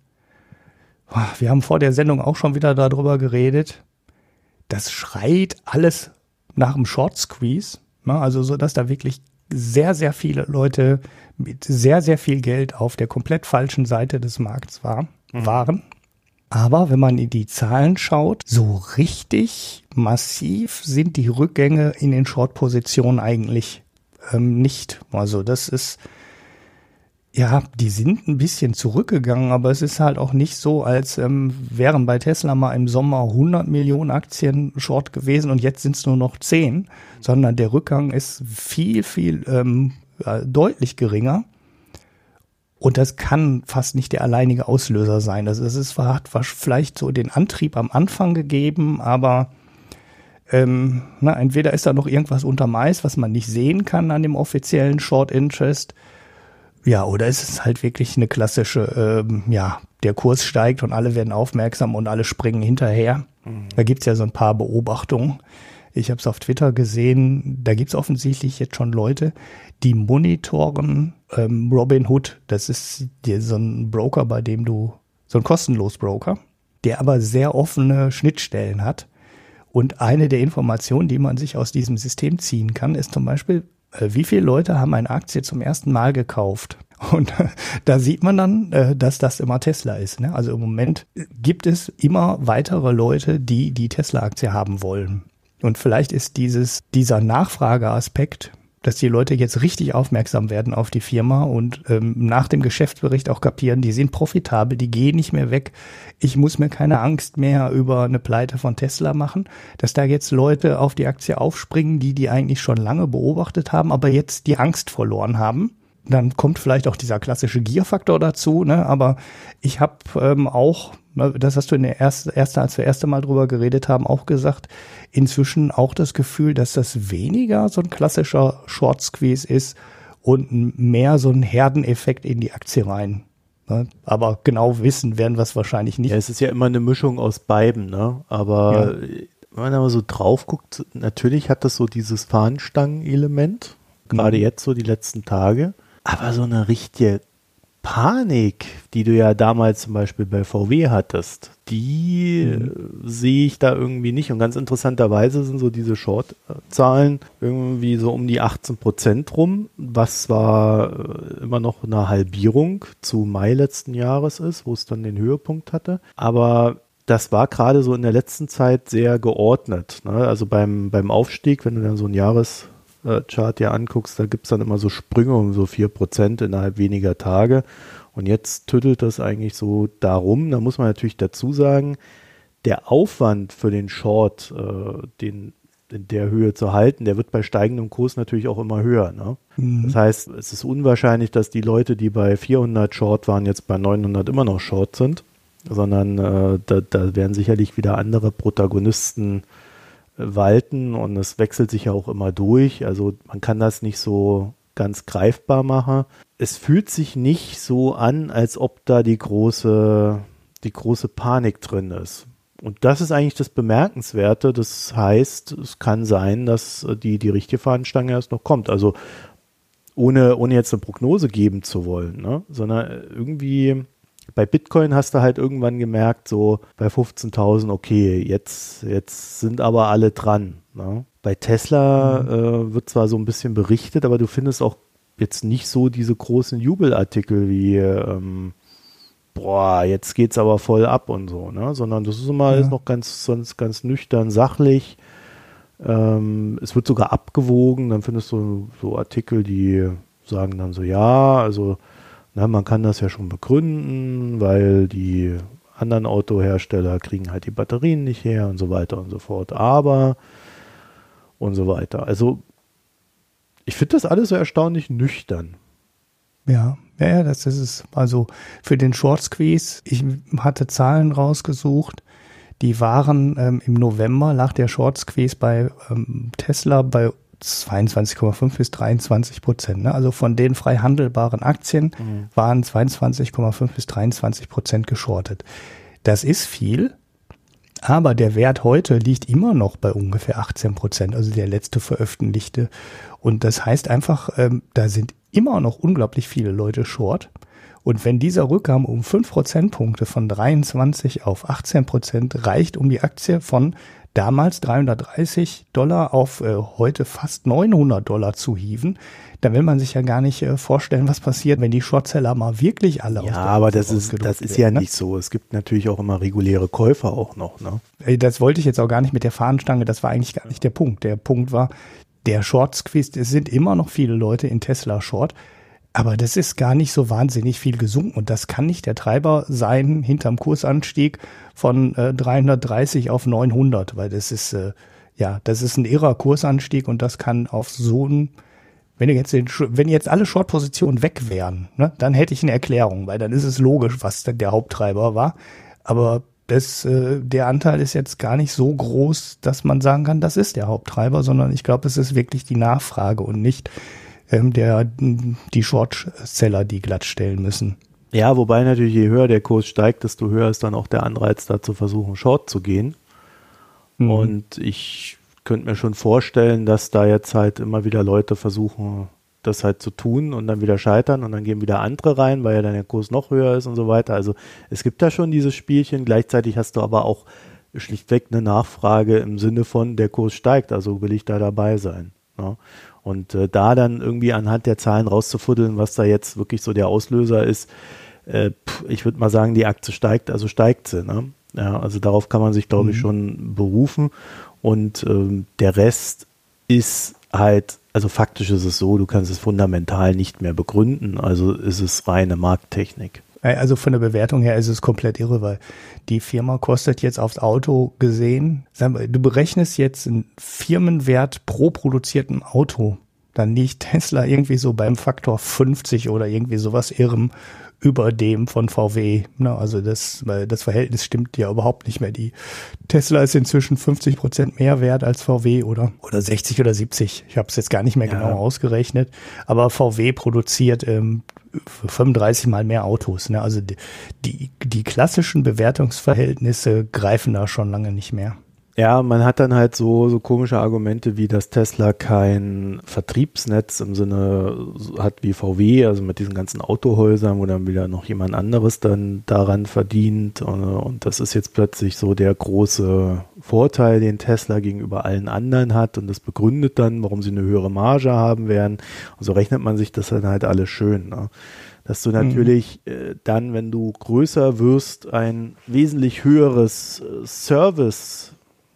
Wir haben vor der Sendung auch schon wieder darüber geredet. Das schreit alles nach einem Short Squeeze, also so, dass da wirklich sehr, sehr viele Leute mit sehr, sehr viel Geld auf der komplett falschen Seite des Markts war, mhm. waren. Aber wenn man in die Zahlen schaut, so richtig massiv sind die Rückgänge in den Short-Positionen eigentlich ähm, nicht. Also das ist, ja, die sind ein bisschen zurückgegangen, aber es ist halt auch nicht so, als ähm, wären bei Tesla mal im Sommer hundert Millionen Aktien short gewesen und jetzt sind es nur noch zehn, sondern der Rückgang ist viel, viel ähm, ja, deutlich geringer. Und das kann fast nicht der alleinige Auslöser sein. Das ist, es hat vielleicht so den Antrieb am Anfang gegeben, aber ähm, na, entweder ist da noch irgendwas unterm Eis, was man nicht sehen kann an dem offiziellen Short Interest. Ja, oder ist es halt wirklich eine klassische, ähm, ja, der Kurs steigt und alle werden aufmerksam und alle springen hinterher. Mhm. Da gibt's ja so ein paar Beobachtungen. Ich habe es auf Twitter gesehen, da gibt's offensichtlich jetzt schon Leute, die monitoren ähm, Robinhood. Das ist die, so ein Broker, bei dem du, so ein kostenlos Broker, der aber sehr offene Schnittstellen hat. Und eine der Informationen, die man sich aus diesem System ziehen kann, ist zum Beispiel, äh, wie viele Leute haben eine Aktie zum ersten Mal gekauft? Und äh, da sieht man dann, äh, dass das immer Tesla ist. Ne? Also im Moment gibt es immer weitere Leute, die die Tesla-Aktie haben wollen. Und vielleicht ist dieses, dieser Nachfrageaspekt, dass die Leute jetzt richtig aufmerksam werden auf die Firma und ähm, nach dem Geschäftsbericht auch kapieren, die sind profitabel, die gehen nicht mehr weg. Ich muss mir keine Angst mehr über eine Pleite von Tesla machen, dass da jetzt Leute auf die Aktie aufspringen, die die eigentlich schon lange beobachtet haben, aber jetzt die Angst verloren haben. Dann kommt vielleicht auch dieser klassische Gier-Faktor dazu, ne? Aber ich habe ähm, auch, das hast du in der ersten, erste, als wir das erste Mal drüber geredet haben, auch gesagt, inzwischen auch das Gefühl, dass das weniger so ein klassischer Short-Squeeze ist und mehr so ein Herdeneffekt in die Aktie rein. Ne? Aber genau wissen werden wir es wahrscheinlich nicht. Ja, es ist ja immer eine Mischung aus beiden, ne? Aber ja, wenn man aber so drauf guckt, natürlich hat das so dieses Fahnenstangen-Element, gerade mhm. jetzt so die letzten Tage. Aber so eine richtige Panik, die du ja damals zum Beispiel bei V W hattest, die mhm. sehe ich da irgendwie nicht. Und ganz interessanterweise sind so diese Short-Zahlen irgendwie so um die achtzehn Prozent rum, was zwar immer noch eine Halbierung zu Mai letzten Jahres ist, wo es dann den Höhepunkt hatte. Aber das war gerade so in der letzten Zeit sehr geordnet. Ne? Also beim, beim Aufstieg, wenn du dann so ein Jahres Chart dir anguckst, da gibt es dann immer so Sprünge um so vier Prozent innerhalb weniger Tage und jetzt tüttelt das eigentlich so darum. Da muss man natürlich dazu sagen, der Aufwand für den Short, äh, den in der Höhe zu halten. Der wird bei steigendem Kurs natürlich auch immer höher. Ne? Mhm. Das heißt, es ist unwahrscheinlich, dass die Leute, die bei vierhundert Short waren, jetzt bei neunhundert immer noch Short sind, sondern äh, da, da werden sicherlich wieder andere Protagonisten äh, walten und es wechselt sich ja auch immer durch. Also man kann das nicht so ganz greifbar machen. Es fühlt sich nicht so an, als ob da die große, die große Panik drin ist. Und das ist eigentlich das Bemerkenswerte. Das heißt, es kann sein, dass die, die richtige Fahnenstange erst noch kommt. Also ohne, ohne jetzt eine Prognose geben zu wollen, ne? Sondern irgendwie bei Bitcoin hast du halt irgendwann gemerkt, so bei fünfzehntausend, okay, jetzt, jetzt sind aber alle dran. Ne? Bei Tesla mhm. äh, wird zwar so ein bisschen berichtet, aber du findest auch jetzt nicht so diese großen Jubelartikel wie ähm, boah, jetzt geht's aber voll ab und so, ne? Sondern das ist immer alles ja. noch ganz, sonst ganz nüchtern, sachlich. Ähm, es wird sogar abgewogen, dann findest du so Artikel, die sagen dann so, ja, also na, man kann das ja schon begründen, weil die anderen Autohersteller kriegen halt die Batterien nicht her und so weiter und so fort, aber und so weiter. Also ich finde das alles so erstaunlich nüchtern. Ja, ja, ja, das ist es. Also für den Short Squeeze, ich hatte Zahlen rausgesucht, die waren ähm, im November, lag der Short Squeeze bei ähm, Tesla bei zweiundzwanzig Komma fünf bis dreiundzwanzig Prozent. Ne? Also von den frei handelbaren Aktien mhm. waren zweiundzwanzig Komma fünf bis dreiundzwanzig Prozent geschortet. Das ist viel, aber der Wert heute liegt immer noch bei ungefähr achtzehn Prozent, also der letzte veröffentlichte. Und das heißt einfach, ähm, da sind immer noch unglaublich viele Leute short. Und wenn dieser Rückgang um fünf Prozentpunkte von dreiundzwanzig auf achtzehn Prozent reicht, um die Aktie von damals dreihundertdreißig Dollar auf äh, heute fast neunhundert Dollar zu hieven, dann will man sich ja gar nicht äh, vorstellen, was passiert, wenn die Shortseller mal wirklich alle ja, aus der aber das ist, das ist ja werden, nicht ne? so. Es gibt natürlich auch immer reguläre Käufer auch noch. Ne? Das wollte ich jetzt auch gar nicht mit der Fahnenstange, das war eigentlich gar nicht der Punkt. Der Punkt war, der Short Squeeze, es sind immer noch viele Leute in Tesla Short, aber das ist gar nicht so wahnsinnig viel gesunken und das kann nicht der Treiber sein hinterm Kursanstieg von äh, dreihundertdreißig auf neunhundert, weil das ist äh, ja, das ist ein irrer Kursanstieg und das kann auf so ein, wenn jetzt den, wenn jetzt alle Short-Positionen weg wären, ne, dann hätte ich eine Erklärung, weil dann ist es logisch, was denn der Haupttreiber war, aber Das, äh, der Anteil ist jetzt gar nicht so groß, dass man sagen kann, das ist der Haupttreiber, sondern ich glaube, es ist wirklich die Nachfrage und nicht ähm, der, die Shortseller, die glatt stellen müssen. Ja, wobei natürlich je höher der Kurs steigt, desto höher ist dann auch der Anreiz, da zu versuchen, Short zu gehen. Mhm. Und ich könnte mir schon vorstellen, dass da jetzt halt immer wieder Leute versuchen, das halt zu tun und dann wieder scheitern und dann gehen wieder andere rein, weil ja dann der Kurs noch höher ist und so weiter. Also es gibt da schon dieses Spielchen, gleichzeitig hast du aber auch schlichtweg eine Nachfrage im Sinne von, der Kurs steigt, also will ich da dabei sein. Ja? Und äh, da dann irgendwie anhand der Zahlen rauszufuddeln, was da jetzt wirklich so der Auslöser ist, äh, pff, ich würde mal sagen, die Aktie steigt, also steigt sie. Ne? Ja, also darauf kann man sich, glaube mhm. ich, schon berufen und ähm, der Rest ist halt, also faktisch ist es so, du kannst es fundamental nicht mehr begründen, also ist es reine Markttechnik. Also von der Bewertung her ist es komplett irre, weil die Firma kostet jetzt aufs Auto gesehen, du berechnest jetzt einen Firmenwert pro produziertem Auto, dann liegt Tesla irgendwie so beim Faktor fünfzig oder irgendwie sowas irrem über dem von V W. Also das, weil das Verhältnis stimmt ja überhaupt nicht mehr. Die Tesla ist inzwischen fünfzig Prozent mehr wert als V W oder oder sechzig oder siebzig. Ich habe es jetzt gar nicht mehr ja. genau ausgerechnet. Aber V W produziert ähm, fünfunddreißig Mal mehr Autos. Ne? Also die, die, die klassischen Bewertungsverhältnisse greifen da schon lange nicht mehr. Ja, man hat dann halt so, so komische Argumente, wie dass Tesla kein Vertriebsnetz im Sinne hat wie V W, also mit diesen ganzen Autohäusern, wo dann wieder noch jemand anderes dann daran verdient. Und, und das ist jetzt plötzlich so der große Vorteil, den Tesla gegenüber allen anderen hat. Und das begründet dann, warum sie eine höhere Marge haben werden. Und so rechnet man sich das dann halt alles schön, ne? Dass du natürlich mhm. äh, dann, wenn du größer wirst, ein wesentlich höheres äh, Service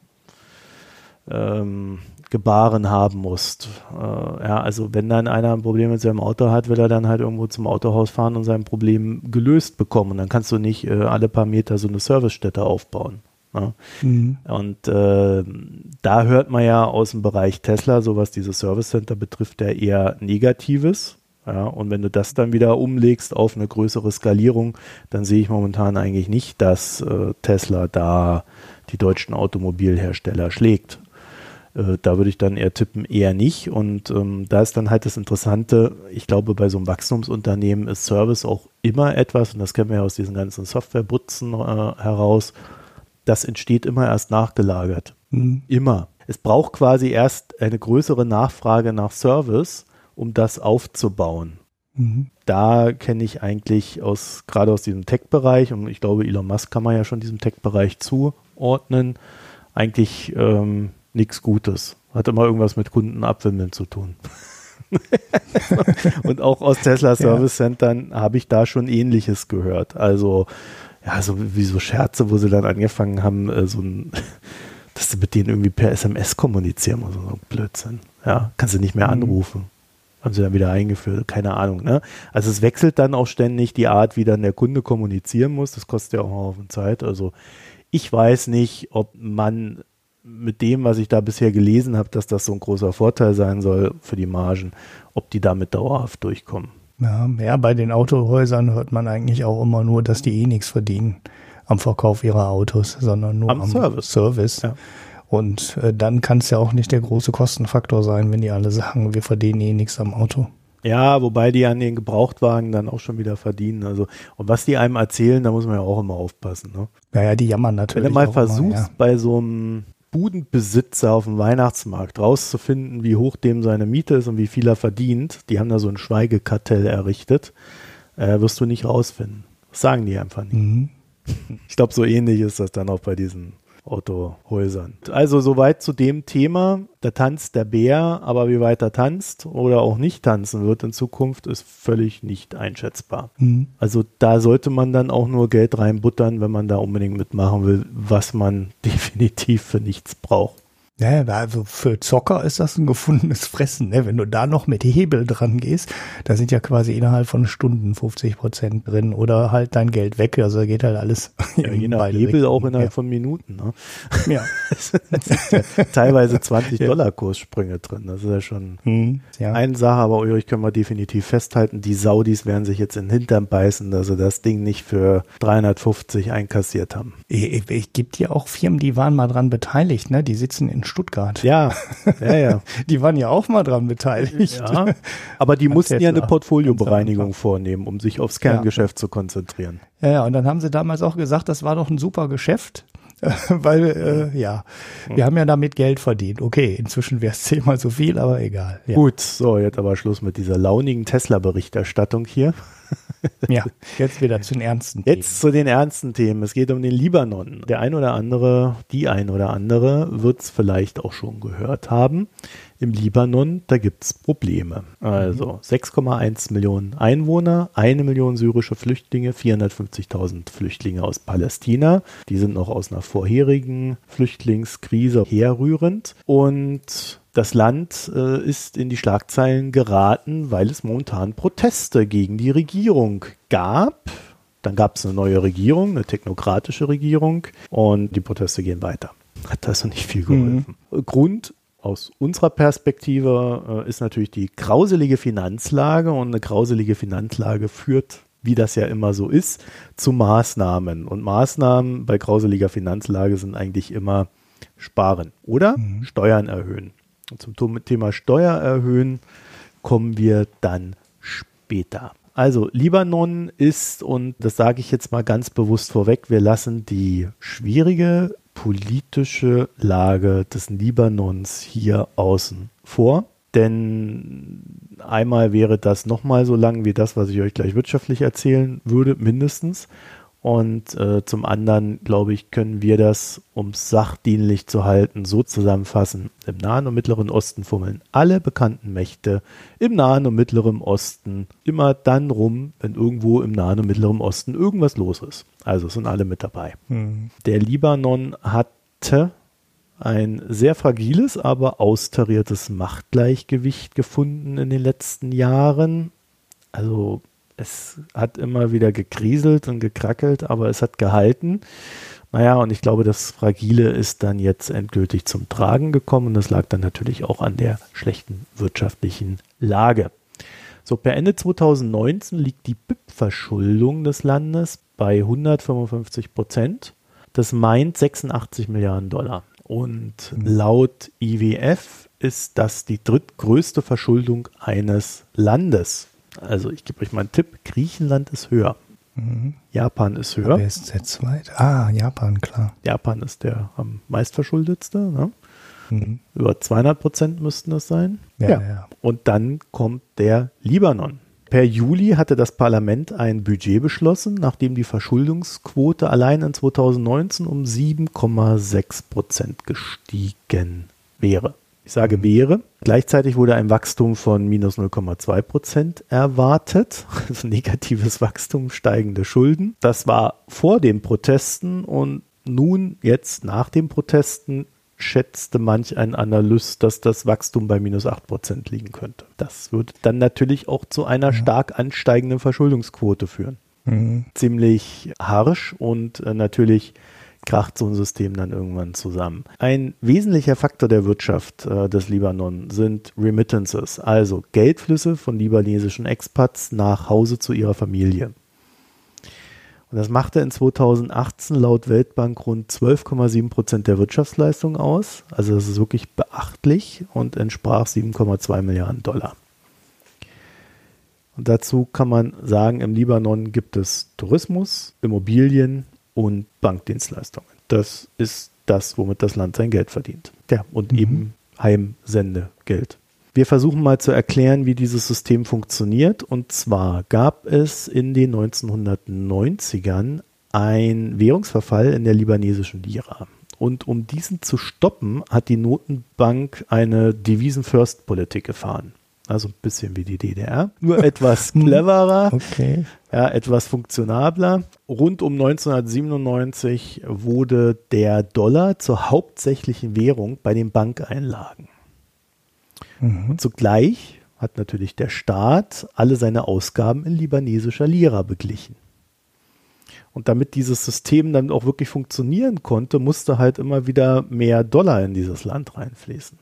Ähm, Gebaren haben musst. Äh, ja, also wenn dann einer ein Problem mit seinem Auto hat, will er dann halt irgendwo zum Autohaus fahren und sein Problem gelöst bekommen. Und dann kannst du nicht äh, alle paar Meter so eine Servicestätte aufbauen. Ja. Mhm. Und äh, da hört man ja aus dem Bereich Tesla, so was diese Service Center betrifft, ja eher Negatives. Ja, und wenn du das dann wieder umlegst auf eine größere Skalierung, dann sehe ich momentan eigentlich nicht, dass äh, Tesla da die deutschen Automobilhersteller schlägt. Äh, da würde ich dann eher tippen, eher nicht. Und ähm, da ist dann halt das Interessante, ich glaube, bei so einem Wachstumsunternehmen ist Service auch immer etwas, und das kennen wir ja aus diesen ganzen Softwarebutzen äh, heraus, das entsteht immer erst nachgelagert. Mhm. Immer. Es braucht quasi erst eine größere Nachfrage nach Service, um das aufzubauen. Mhm. Da kenne ich eigentlich aus, gerade aus diesem Tech-Bereich, und ich glaube, Elon Musk kann man ja schon diesem Tech-Bereich zuordnen, eigentlich ähm, nichts Gutes. Hat immer irgendwas mit Kunden abwimmeln zu tun. Und auch aus Tesla Service Centern ja. habe ich da schon Ähnliches gehört. Also, ja, so wie so Scherze, wo sie dann angefangen haben, äh, so ein, dass sie mit denen irgendwie per S M S kommunizieren oder so, so Blödsinn. Ja, kannst du nicht mehr anrufen. Mhm. Haben sie dann wieder eingeführt, keine Ahnung. Ne? Also es wechselt dann auch ständig die Art, wie dann der Kunde kommunizieren muss. Das kostet ja auch einen Haufen Zeit. Also ich weiß nicht, ob man mit dem, was ich da bisher gelesen habe, dass das so ein großer Vorteil sein soll für die Margen, ob die damit dauerhaft durchkommen. Ja, ja, bei den Autohäusern hört man eigentlich auch immer nur, dass die eh nichts verdienen am Verkauf ihrer Autos, sondern nur am, am Service. Service. Ja. Und äh, dann kann es ja auch nicht der große Kostenfaktor sein, wenn die alle sagen, wir verdienen eh nichts am Auto. Ja, wobei die an den Gebrauchtwagen dann auch schon wieder verdienen. Also, und was die einem erzählen, da muss man ja auch immer aufpassen. Ne? Ja, ja, die jammern natürlich. Wenn du mal versuchst, immer, ja. bei so einem Budenbesitzer auf dem Weihnachtsmarkt rauszufinden, wie hoch dem seine Miete ist und wie viel er verdient, die haben da so ein Schweigekartell errichtet, äh, wirst du nicht rausfinden. Das sagen die einfach nicht. Mhm. Ich glaube, so ähnlich ist das dann auch bei diesen Autohäusern. Also soweit zu dem Thema. Da tanzt der Bär, aber wie weit er tanzt oder auch nicht tanzen wird in Zukunft, ist völlig nicht einschätzbar. Mhm. Also da sollte man dann auch nur Geld reinbuttern, wenn man da unbedingt mitmachen will, was man definitiv für nichts braucht. Ja, also für Zocker ist das ein gefundenes Fressen, ne? Wenn du da noch mit Hebel dran gehst, da sind ja quasi innerhalb von Stunden fünfzig Prozent drin oder halt dein Geld weg, also geht halt alles. Ja, je nach Hebel weg. Auch innerhalb ja. von Minuten, ne? Ja. ja teilweise zwanzig Dollar Kurssprünge drin, das ist ja schon hm, ja. eine Sache, aber euch können wir definitiv festhalten, die Saudis werden sich jetzt in den Hintern beißen, dass sie das Ding nicht für dreihundertfünfzig einkassiert haben. Ich, ich gibt ja auch Firmen, die waren mal dran beteiligt, ne? Die sitzen in Stuttgart. Ja, ja, ja. Die waren ja auch mal dran beteiligt. Ja, aber die mussten ja eine Portfoliobereinigung vornehmen, um sich aufs Kerngeschäft ja. zu konzentrieren. Ja, ja, und dann haben sie damals auch gesagt, das war doch ein super Geschäft, weil, äh, ja, wir hm. haben ja damit Geld verdient. Okay, inzwischen wäre es zehnmal so viel, aber egal. Ja. Gut, so, jetzt aber Schluss mit dieser launigen Tesla-Berichterstattung hier. Ja, jetzt wieder zu den ernsten Themen. Jetzt zu den ernsten Themen. Es geht um den Libanon. Der ein oder andere, die ein oder andere wird es vielleicht auch schon gehört haben. Im Libanon, da gibt es Probleme. Also mhm. sechs Komma eins Millionen Einwohner, eine Million syrische Flüchtlinge, vierhundertfünfzigtausend Flüchtlinge aus Palästina. Die sind noch aus einer vorherigen Flüchtlingskrise herrührend. Und das Land äh, ist in die Schlagzeilen geraten, weil es momentan Proteste gegen die Regierung gab. Dann gab es eine neue Regierung, eine technokratische Regierung, und die Proteste gehen weiter. Hat also nicht viel geholfen. Mhm. Grund aus unserer Perspektive äh, ist natürlich die grauselige Finanzlage, und eine grauselige Finanzlage führt, wie das ja immer so ist, zu Maßnahmen. Und Maßnahmen bei grauseliger Finanzlage sind eigentlich immer sparen oder mhm. Steuern erhöhen. Und zum Thema Steuer erhöhen kommen wir dann später. Also Libanon ist, und das sage ich jetzt mal ganz bewusst vorweg, wir lassen die schwierige politische Lage des Libanons hier außen vor. Denn einmal wäre das nochmal so lang wie das, was ich euch gleich wirtschaftlich erzählen würde, mindestens. Und äh, zum anderen, glaube ich, können wir das, um es sachdienlich zu halten, so zusammenfassen. Im Nahen und Mittleren Osten fummeln alle bekannten Mächte im Nahen und Mittleren Osten immer dann rum, wenn irgendwo im Nahen und Mittleren Osten irgendwas los ist. Also sind alle mit dabei. Mhm. Der Libanon hatte ein sehr fragiles, aber austariertes Machtgleichgewicht gefunden in den letzten Jahren. Also es hat immer wieder gekriselt und gekrackelt, aber es hat gehalten. Naja, und ich glaube, das Fragile ist dann jetzt endgültig zum Tragen gekommen. Das lag dann natürlich auch an der schlechten wirtschaftlichen Lage. So, per Ende zweitausendneunzehn liegt die B I P-Verschuldung des Landes bei hundertfünfundfünfzig Prozent. Das meint sechsundachtzig Milliarden Dollar. Und laut I W F ist das die drittgrößte Verschuldung eines Landes. Also ich gebe euch mal einen Tipp, Griechenland ist höher. Mhm. Japan ist höher. Wer ist jetzt zweit? Ah, Japan, klar. Japan ist der am meistverschuldetste. Ne? Mhm. Über zweihundert Prozent müssten das sein. Ja, ja. ja. Und dann kommt der Libanon. Per Juli hatte das Parlament ein Budget beschlossen, nachdem die Verschuldungsquote allein in zweitausendneunzehn um sieben Komma sechs Prozent gestiegen wäre. Ich sage wäre. Gleichzeitig wurde ein Wachstum von minus null Komma zwei Prozent erwartet. Also negatives Wachstum, steigende Schulden. Das war vor den Protesten und nun jetzt nach den Protesten schätzte manch ein Analyst, dass das Wachstum bei minus acht Prozent liegen könnte. Das würde dann natürlich auch zu einer stark ansteigenden Verschuldungsquote führen. Mhm. Ziemlich harsch und äh, natürlich kracht so ein System dann irgendwann zusammen. Ein wesentlicher Faktor der Wirtschaft äh, des Libanon sind Remittances, also Geldflüsse von libanesischen Expats nach Hause zu ihrer Familie. Und das machte in zweitausendachtzehn laut Weltbank rund zwölf Komma sieben Prozent der Wirtschaftsleistung aus. Also das ist wirklich beachtlich und entsprach sieben Komma zwei Milliarden Dollar. Und dazu kann man sagen, im Libanon gibt es Tourismus, Immobilien und Bankdienstleistungen. Das ist das, womit das Land sein Geld verdient. Ja, und mhm. eben Heimsendegeld. Wir versuchen mal zu erklären, wie dieses System funktioniert. Und zwar gab es in den neunzehnhundertneunzigern einen Währungsverfall in der libanesischen Lira. Und um diesen zu stoppen, hat die Notenbank eine Devisen-First-Politik gefahren. Also ein bisschen wie die D D R. Nur etwas cleverer, okay. ja, etwas funktionabler. Rund um neunzehnhundertsiebenundneunzig wurde der Dollar zur hauptsächlichen Währung bei den Bankeinlagen. Mhm. Und zugleich hat natürlich der Staat alle seine Ausgaben in libanesischer Lira beglichen. Und damit dieses System dann auch wirklich funktionieren konnte, musste halt immer wieder mehr Dollar in dieses Land reinfließen.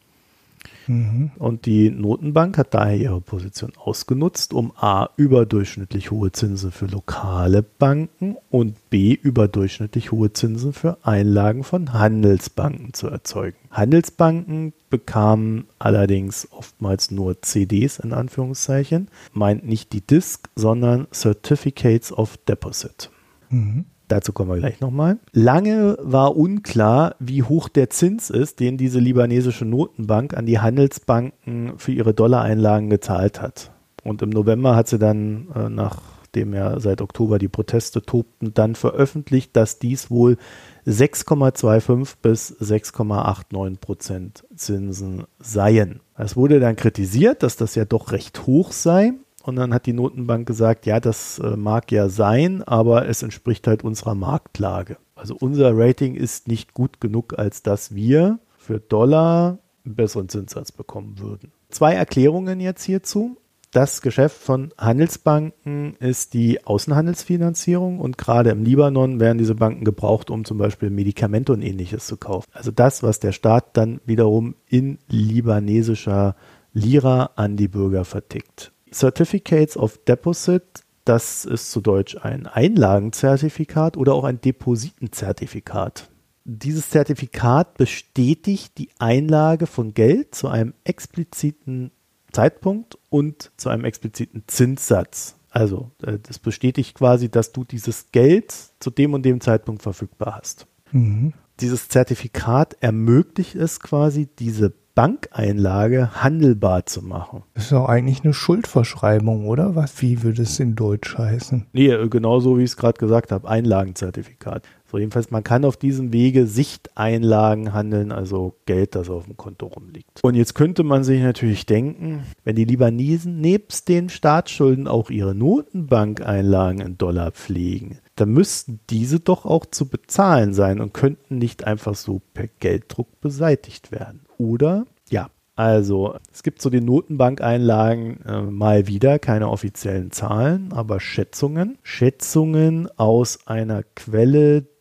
Mhm. Und die Notenbank hat daher ihre Position ausgenutzt, um a. überdurchschnittlich hohe Zinsen für lokale Banken und b. überdurchschnittlich hohe Zinsen für Einlagen von Handelsbanken zu erzeugen. Handelsbanken bekamen allerdings oftmals nur C Ds in Anführungszeichen, meint nicht die D I S C, sondern Certificates of Deposit. Mhm. Dazu kommen wir gleich nochmal. Lange war unklar, wie hoch der Zins ist, den diese libanesische Notenbank an die Handelsbanken für ihre Dollareinlagen gezahlt hat. Und im November hat sie dann, äh, nachdem ja seit Oktober die Proteste tobten, dann veröffentlicht, dass dies wohl sechs Komma fünfundzwanzig bis sechs Komma neunundachtzig Prozent Zinsen seien. Es wurde dann kritisiert, dass das ja doch recht hoch sei. Und dann hat die Notenbank gesagt, ja, das äh, mag ja sein, aber es entspricht halt unserer Marktlage. Also unser Rating ist nicht gut genug, als dass wir für Dollar einen besseren Zinssatz bekommen würden. Zwei Erklärungen jetzt hierzu. Das Geschäft von Handelsbanken ist die Außenhandelsfinanzierung und gerade im Libanon werden diese Banken gebraucht, um zum Beispiel Medikamente und Ähnliches zu kaufen. Also das, was der Staat dann wiederum in libanesischer Lira an die Bürger vertickt. Certificates of Deposit, das ist zu Deutsch ein Einlagenzertifikat oder auch ein Depositenzertifikat. Dieses Zertifikat bestätigt die Einlage von Geld zu einem expliziten Zeitpunkt und zu einem expliziten Zinssatz. Also das bestätigt quasi, dass du dieses Geld zu dem und dem Zeitpunkt verfügbar hast. Mhm. Dieses Zertifikat ermöglicht es quasi, diese Bankeinlage handelbar zu machen. Das ist doch eigentlich eine Schuldverschreibung, oder? Was, wie würde es in Deutsch heißen? Nee, genauso wie ich es gerade gesagt habe, Einlagenzertifikat. So jedenfalls, man kann auf diesem Wege Sichteinlagen handeln, also Geld, das auf dem Konto rumliegt. Und jetzt könnte man sich natürlich denken, wenn die Libanesen nebst den Staatsschulden auch ihre Notenbankeinlagen in Dollar pflegen, dann müssten diese doch auch zu bezahlen sein und könnten nicht einfach so per Gelddruck beseitigt werden. Oder? Ja, also es gibt zu den Notenbankeinlagen äh, mal wieder keine offiziellen Zahlen, aber Schätzungen. Schätzungen aus einer Quelle,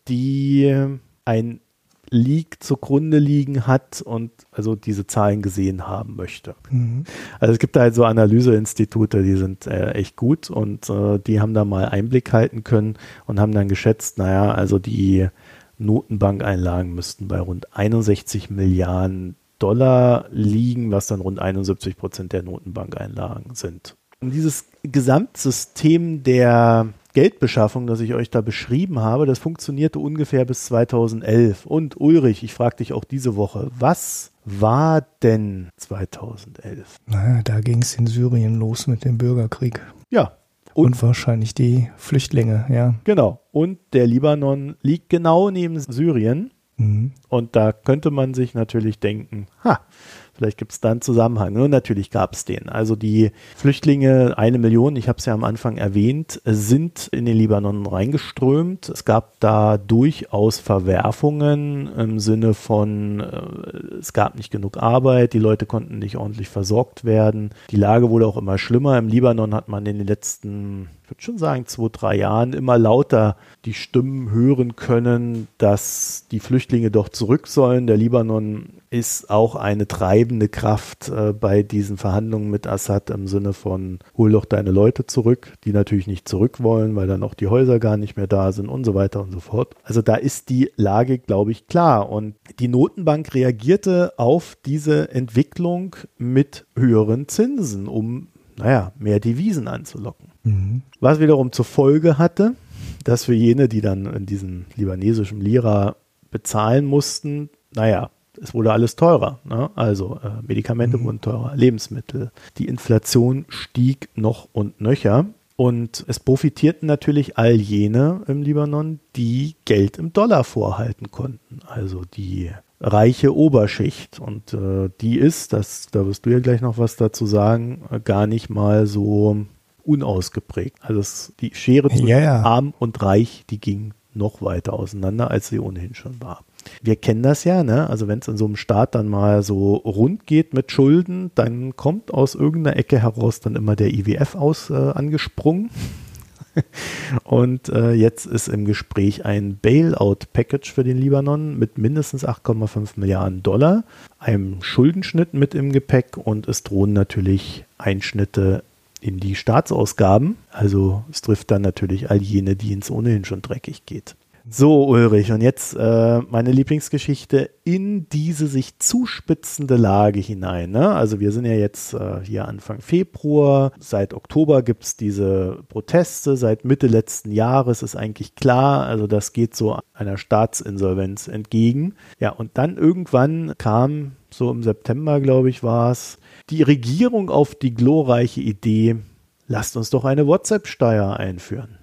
die ein Leak zugrunde liegen hat und also diese Zahlen gesehen haben möchte. Mhm. Also es gibt da halt so Analyseinstitute, die sind äh, echt gut und äh, die haben da mal Einblick halten können und haben dann geschätzt, naja, also die Notenbankeinlagen müssten bei rund einundsechzig Milliarden Dollar liegen, was dann rund einundsiebzig Prozent der Notenbankeinlagen sind. Und dieses Gesamtsystem der Geldbeschaffung, das ich euch da beschrieben habe, das funktionierte ungefähr bis zweitausendelf. Und Ulrich, ich frage dich auch diese Woche, was war denn zweitausendelf? Naja, da ging es in Syrien los mit dem Bürgerkrieg. Ja. Und, und wahrscheinlich die Flüchtlinge, ja. Genau. Und der Libanon liegt genau neben Syrien. Mhm. Und da könnte man sich natürlich denken, ha, vielleicht gibt es da einen Zusammenhang. Und natürlich gab es den. Also die Flüchtlinge, eine Million, ich habe es ja am Anfang erwähnt, sind in den Libanon reingeströmt. Es gab da durchaus Verwerfungen im Sinne von, äh, es gab nicht genug Arbeit, die Leute konnten nicht ordentlich versorgt werden. Die Lage wurde auch immer schlimmer. Im Libanon hat man in den letzten, ich würde schon sagen, zwei, drei Jahren immer lauter die Stimmen hören können, dass die Flüchtlinge doch zurück sollen. Der Libanon ist auch eine treibende Kraft äh, bei diesen Verhandlungen mit Assad im Sinne von, hol doch deine Leute zurück, die natürlich nicht zurück wollen, weil dann auch die Häuser gar nicht mehr da sind und so weiter und so fort. Also da ist die Lage, glaube ich, klar. Und die Notenbank reagierte auf diese Entwicklung mit höheren Zinsen, um, naja, mehr Devisen anzulocken. Mhm. Was wiederum zur Folge hatte, dass für jene, die dann in diesen libanesischen Lira bezahlen mussten, naja, es wurde alles teurer. Ne? Also äh, Medikamente mhm. wurden teurer, Lebensmittel. Die Inflation stieg noch und nöcher. Und es profitierten natürlich all jene im Libanon, die Geld im Dollar vorhalten konnten. Also die reiche Oberschicht. Und äh, die ist, das, da wirst du ja gleich noch was dazu sagen, äh, gar nicht mal so unausgeprägt. Also es, die Schere zwischen ja, ja. Arm und Reich, die ging noch weiter auseinander, als sie ohnehin schon war. Wir kennen das ja, ne? Also wenn es in so einem Staat dann mal so rund geht mit Schulden, dann kommt aus irgendeiner Ecke heraus dann immer der I W F aus äh, angesprungen. Und äh, jetzt ist im Gespräch ein Bailout-Package für den Libanon mit mindestens acht Komma fünf Milliarden Dollar, einem Schuldenschnitt mit im Gepäck und es drohen natürlich Einschnitte in die Staatsausgaben. Also es trifft dann natürlich all jene, die es ohnehin schon dreckig geht. So, Ulrich, und jetzt äh, meine Lieblingsgeschichte in diese sich zuspitzende Lage hinein. Ne? Also wir sind ja jetzt äh, hier Anfang Februar, seit Oktober gibt es diese Proteste, seit Mitte letzten Jahres ist eigentlich klar, also das geht so einer Staatsinsolvenz entgegen. Ja, und dann irgendwann kam, so im September, glaube ich, war es, die Regierung auf die glorreiche Idee, lasst uns doch eine WhatsApp-Steuer einführen.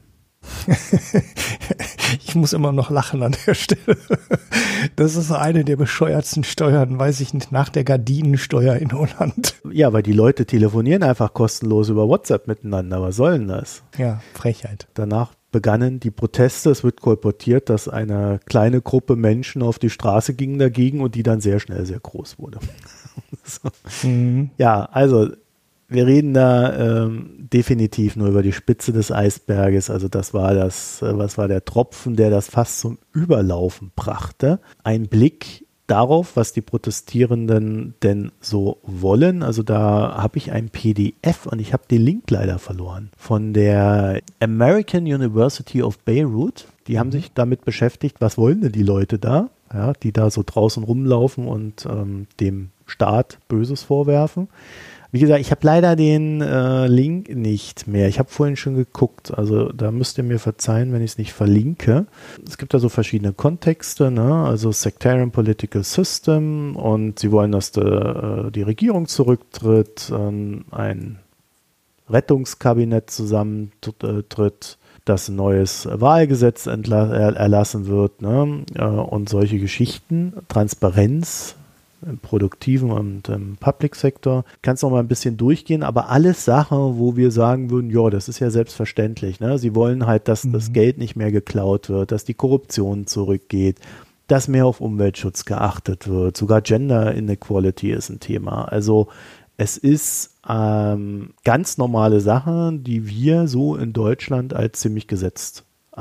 Ich muss immer noch lachen an der Stelle. Das ist eine der bescheuertsten Steuern, weiß ich nicht, nach der Gardinensteuer in Holland. Ja, weil die Leute telefonieren einfach kostenlos über WhatsApp miteinander. Was soll denn das? Ja, Frechheit. Danach begannen die Proteste. Es wird kolportiert, dass eine kleine Gruppe Menschen auf die Straße ging dagegen und die dann sehr schnell sehr groß wurde. So. Mhm. Ja, also wir reden da ähm, definitiv nur über die Spitze des Eisberges. Also das war das, äh, was war der Tropfen, der das Fass zum Überlaufen brachte. Ein Blick darauf, was die Protestierenden denn so wollen. Also da habe ich ein P D F und ich habe den Link leider verloren von der American University of Beirut. Die haben sich damit beschäftigt, was wollen denn die Leute da, ja, die da so draußen rumlaufen und ähm, dem Staat Böses vorwerfen. Wie gesagt, ich habe leider den äh, Link nicht mehr. Ich habe vorhin schon geguckt, also da müsst ihr mir verzeihen, wenn ich es nicht verlinke. Es gibt da so verschiedene Kontexte, ne? Also Sectarian Political System und sie wollen, dass de, äh, die Regierung zurücktritt, äh, ein Rettungskabinett zusammentritt, dass ein neues Wahlgesetz entla- er- erlassen wird, ne? äh, und solche Geschichten, Transparenz im produktiven und im Public-Sektor. Kannst noch mal ein bisschen durchgehen, aber alles Sachen, wo wir sagen würden, ja, das ist ja selbstverständlich. Ne? Sie wollen halt, dass mhm. das Geld nicht mehr geklaut wird, dass die Korruption zurückgeht, dass mehr auf Umweltschutz geachtet wird. Sogar Gender Inequality ist ein Thema. Also es ist ähm, ganz normale Sachen, die wir so in Deutschland als ziemlich gesetzt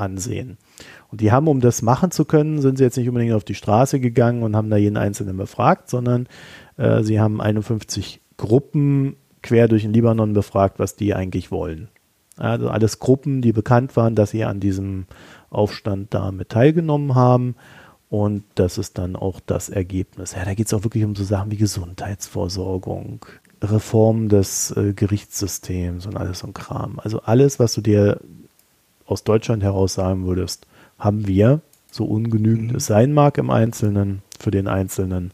ansehen. Und die haben, um das machen zu können, sind sie jetzt nicht unbedingt auf die Straße gegangen und haben da jeden Einzelnen befragt, sondern äh, sie haben einundfünfzig Gruppen quer durch den Libanon befragt, was die eigentlich wollen. Also alles Gruppen, die bekannt waren, dass sie an diesem Aufstand da mit teilgenommen haben. Und das ist dann auch das Ergebnis. Ja, da geht es auch wirklich um so Sachen wie Gesundheitsversorgung, Reform des äh, Gerichtssystems und alles so ein Kram. Also alles, was du dir aus Deutschland heraus sagen würdest, haben wir, so ungenügend mhm. es sein mag im Einzelnen, für den Einzelnen.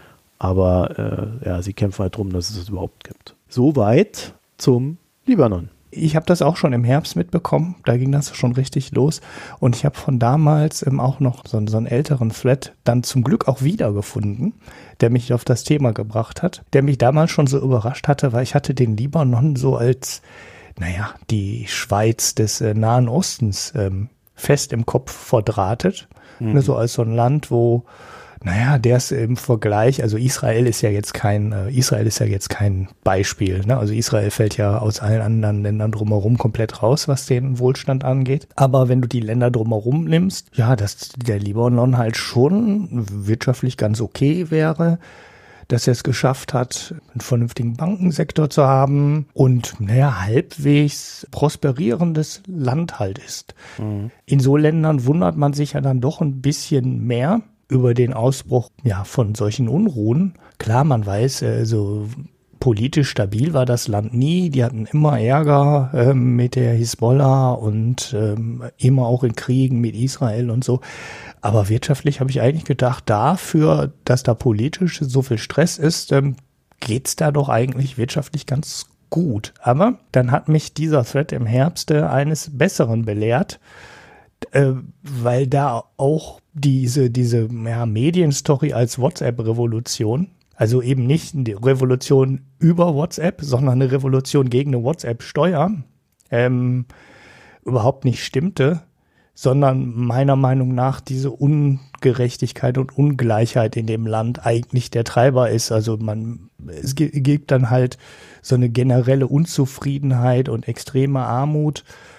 Aber äh, ja, sie kämpfen halt darum, dass es es überhaupt gibt. Soweit zum Libanon. Ich habe das auch schon im Herbst mitbekommen, da ging das schon richtig los und ich habe von damals ähm, auch noch so, so einen älteren Thread dann zum Glück auch wiedergefunden, der mich auf das Thema gebracht hat, der mich damals schon so überrascht hatte, weil ich hatte den Libanon so als, naja, die Schweiz des äh, Nahen Ostens ähm, fest im Kopf verdrahtet, mhm. ne, so als so ein Land, wo Naja, der ist im Vergleich, also Israel ist ja jetzt kein, äh, Israel ist ja jetzt kein Beispiel, ne? Also Israel fällt ja aus allen anderen Ländern drumherum komplett raus, was den Wohlstand angeht. Aber wenn du die Länder drumherum nimmst, ja, dass der Libanon halt schon wirtschaftlich ganz okay wäre, dass er es geschafft hat, einen vernünftigen Bankensektor zu haben und, naja, halbwegs prosperierendes Land halt ist. Mhm. In so Ländern wundert man sich ja dann doch ein bisschen mehr über den Ausbruch ja von solchen Unruhen. Klar, man weiß, äh, so politisch stabil war das Land nie. Die hatten immer Ärger äh, mit der Hisbollah und ähm, immer auch in Kriegen mit Israel und so. Aber wirtschaftlich habe ich eigentlich gedacht, dafür, dass da politisch so viel Stress ist, ähm, geht's da doch eigentlich wirtschaftlich ganz gut. Aber dann hat mich dieser Thread im Herbst äh, eines Besseren belehrt, äh, weil da auch diese, diese ja, Medienstory als WhatsApp-Revolution, also eben nicht eine Revolution über WhatsApp, sondern eine Revolution gegen eine WhatsApp-Steuer, ähm, überhaupt nicht stimmte, sondern meiner Meinung nach diese Ungerechtigkeit und Ungleichheit in dem Land eigentlich der Treiber ist. Also man, es gibt dann halt so eine generelle Unzufriedenheit und extreme Armut.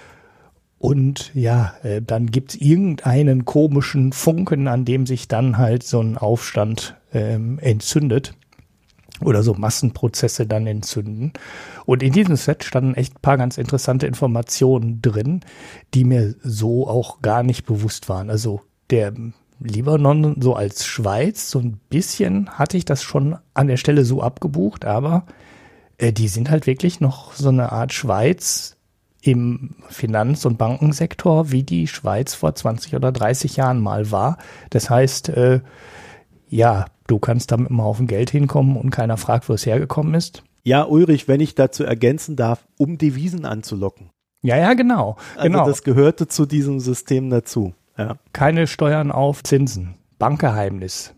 Und ja, äh, dann gibt's irgendeinen komischen Funken, an dem sich dann halt so ein Aufstand ähm, entzündet oder so Massenprozesse dann entzünden. Und in diesem Set standen echt ein paar ganz interessante Informationen drin, die mir so auch gar nicht bewusst waren. Also der Libanon so als Schweiz, so ein bisschen hatte ich das schon an der Stelle so abgebucht, aber äh, die sind halt wirklich noch so eine Art Schweiz im Finanz- und Bankensektor, wie die Schweiz vor zwanzig oder dreißig Jahren mal war. Das heißt, äh, ja, du kannst damit mal auf ein Geld hinkommen und keiner fragt, wo es hergekommen ist. Ja, Ulrich, wenn ich dazu ergänzen darf, um Devisen anzulocken. Ja, ja, genau. Also genau. Das gehörte zu diesem System dazu. Ja. Keine Steuern auf Zinsen, Bankgeheimnis,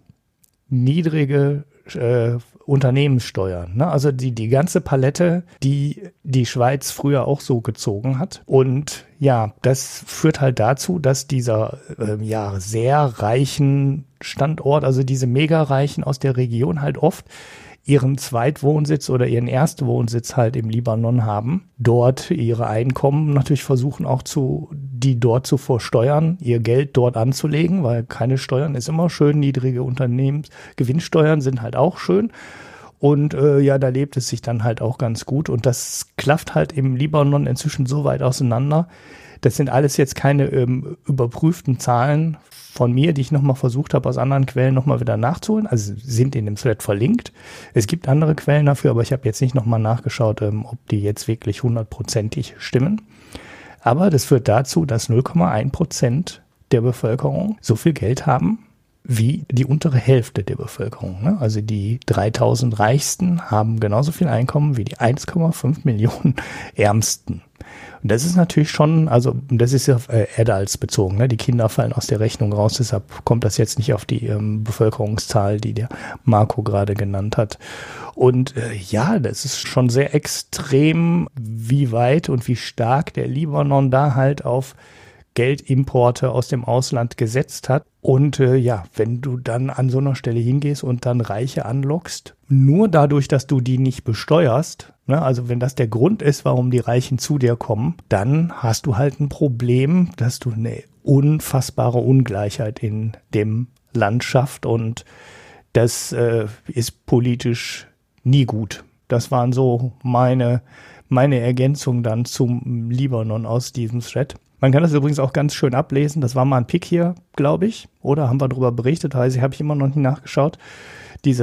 niedrige äh, Unternehmenssteuern, ne? Also die, die ganze Palette, die die Schweiz früher auch so gezogen hat. Und ja, das führt halt dazu, dass dieser äh, ja sehr reichen Standort, also diese Mega-Reichen aus der Region halt oft ihren Zweitwohnsitz oder ihren Erstwohnsitz halt im Libanon haben, dort ihre Einkommen natürlich versuchen auch zu, die dort zu versteuern, ihr Geld dort anzulegen, weil keine Steuern ist immer schön, niedrige Unternehmensgewinnsteuern sind halt auch schön und äh, ja, da lebt es sich dann halt auch ganz gut und das klafft halt im Libanon inzwischen so weit auseinander. Das sind alles jetzt keine ähm, überprüften Zahlen von mir, die ich nochmal versucht habe, aus anderen Quellen nochmal wieder nachzuholen. Also sind in dem Thread verlinkt. Es gibt andere Quellen dafür, aber ich habe jetzt nicht nochmal nachgeschaut, ähm, ob die jetzt wirklich hundertprozentig stimmen. Aber das führt dazu, dass null Komma eins Prozent der Bevölkerung so viel Geld haben wie die untere Hälfte der Bevölkerung. Ne? Also die dreitausend Reichsten haben genauso viel Einkommen wie die eins Komma fünf Millionen Ärmsten. Und das ist natürlich schon, also das ist ja auf äh, Adults bezogen, ne? Die Kinder fallen aus der Rechnung raus, deshalb kommt das jetzt nicht auf die ähm, Bevölkerungszahl, die der Marco gerade genannt hat. Und äh, ja, das ist schon sehr extrem, wie weit und wie stark der Libanon da halt auf Geldimporte aus dem Ausland gesetzt hat. Und äh, ja, wenn du dann an so einer Stelle hingehst und dann Reiche anlockst, nur dadurch, dass du die nicht besteuerst, ne, also wenn das der Grund ist, warum die Reichen zu dir kommen, dann hast du halt ein Problem, dass du eine unfassbare Ungleichheit in dem Land schaffst und das äh, ist politisch nie gut. Das waren so meine, meine Ergänzungen dann zum Libanon aus diesem Thread. Man kann das übrigens auch ganz schön ablesen. Das war mal ein Pick hier, glaube ich. Oder haben wir darüber berichtet? Also habe ich immer noch nicht nachgeschaut. Diese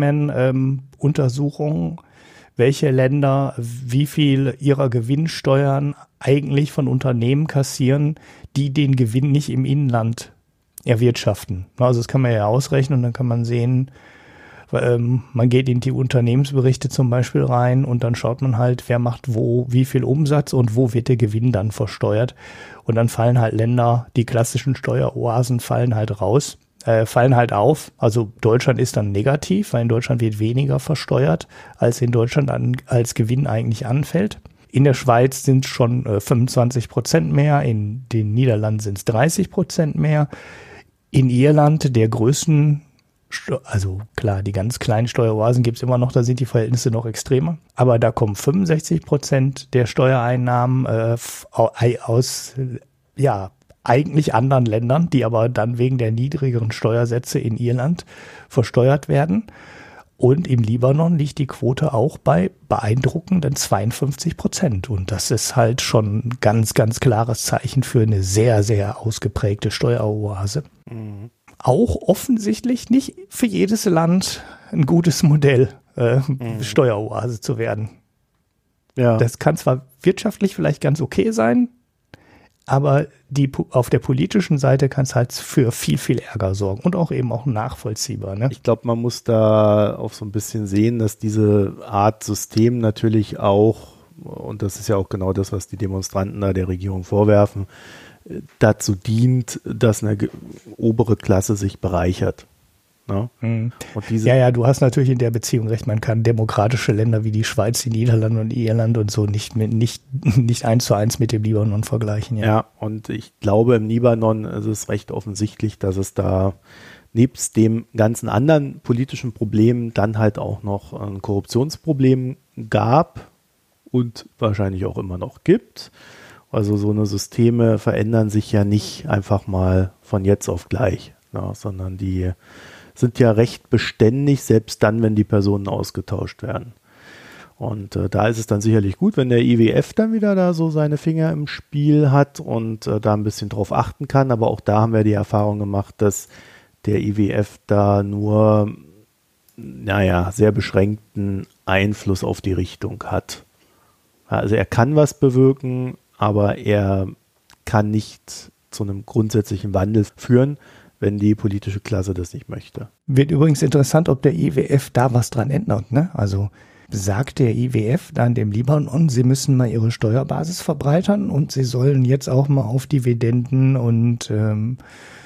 Sackman-Untersuchung, ähm, welche Länder wie viel ihrer Gewinnsteuern eigentlich von Unternehmen kassieren, die den Gewinn nicht im Inland erwirtschaften. Also das kann man ja ausrechnen und dann kann man sehen, ähm, man geht in die Unternehmensberichte zum Beispiel rein und dann schaut man halt, wer macht wo, wie viel Umsatz und wo wird der Gewinn dann versteuert. Und dann fallen halt Länder, die klassischen Steueroasen fallen halt raus, äh, fallen halt auf. Also Deutschland ist dann negativ, weil in Deutschland wird weniger versteuert, als in Deutschland an, als Gewinn eigentlich anfällt. In der Schweiz sind es schon äh, fünfundzwanzig Prozent mehr, in den Niederlanden sind es dreißig Prozent mehr. In Irland, der größten, also klar, die ganz kleinen Steueroasen gibt es immer noch, da sind die Verhältnisse noch extremer. Aber da kommen fünfundsechzig Prozent der Steuereinnahmen äh, aus, ja, eigentlich anderen Ländern, die aber dann wegen der niedrigeren Steuersätze in Irland versteuert werden. Und im Libanon liegt die Quote auch bei beeindruckenden zweiundfünfzig Prozent. Und das ist halt schon ein ganz, ganz klares Zeichen für eine sehr, sehr ausgeprägte Steueroase. Mhm. Auch offensichtlich nicht für jedes Land ein gutes Modell, äh, mhm. Steueroase zu werden. Ja. Das kann zwar wirtschaftlich vielleicht ganz okay sein, aber die, auf der politischen Seite kann es halt für viel, viel Ärger sorgen und auch eben auch nachvollziehbar. Ne? Ich glaube, man muss da auch so ein bisschen sehen, dass diese Art System natürlich auch, und das ist ja auch genau das, was die Demonstranten da der Regierung vorwerfen, dazu dient, dass eine obere Klasse sich bereichert. Ne? Mhm. Und diese ja, ja, du hast natürlich in der Beziehung recht, man kann demokratische Länder wie die Schweiz, die Niederlande und Irland und so nicht, mit, nicht, nicht eins zu eins mit dem Libanon vergleichen. Ja. ja, und ich glaube, im Libanon ist es recht offensichtlich, dass es da nebst dem ganzen anderen politischen Problem dann halt auch noch ein Korruptionsproblem gab und wahrscheinlich auch immer noch gibt. Also so eine Systeme verändern sich ja nicht einfach mal von jetzt auf gleich, ja, sondern die sind ja recht beständig, selbst dann, wenn die Personen ausgetauscht werden. Und äh, da ist es dann sicherlich gut, wenn der I W F dann wieder da so seine Finger im Spiel hat und äh, da ein bisschen drauf achten kann. Aber auch da haben wir die Erfahrung gemacht, dass der I W F da nur, naja, sehr beschränkten Einfluss auf die Richtung hat. Also er kann was bewirken, aber er kann nicht zu einem grundsätzlichen Wandel führen, wenn die politische Klasse das nicht möchte. Wird übrigens interessant, ob der I W F da was dran ändert, ne? Also sagt der I W F dann dem Libanon, sie müssen mal ihre Steuerbasis verbreitern und sie sollen jetzt auch mal auf Dividenden und ähm,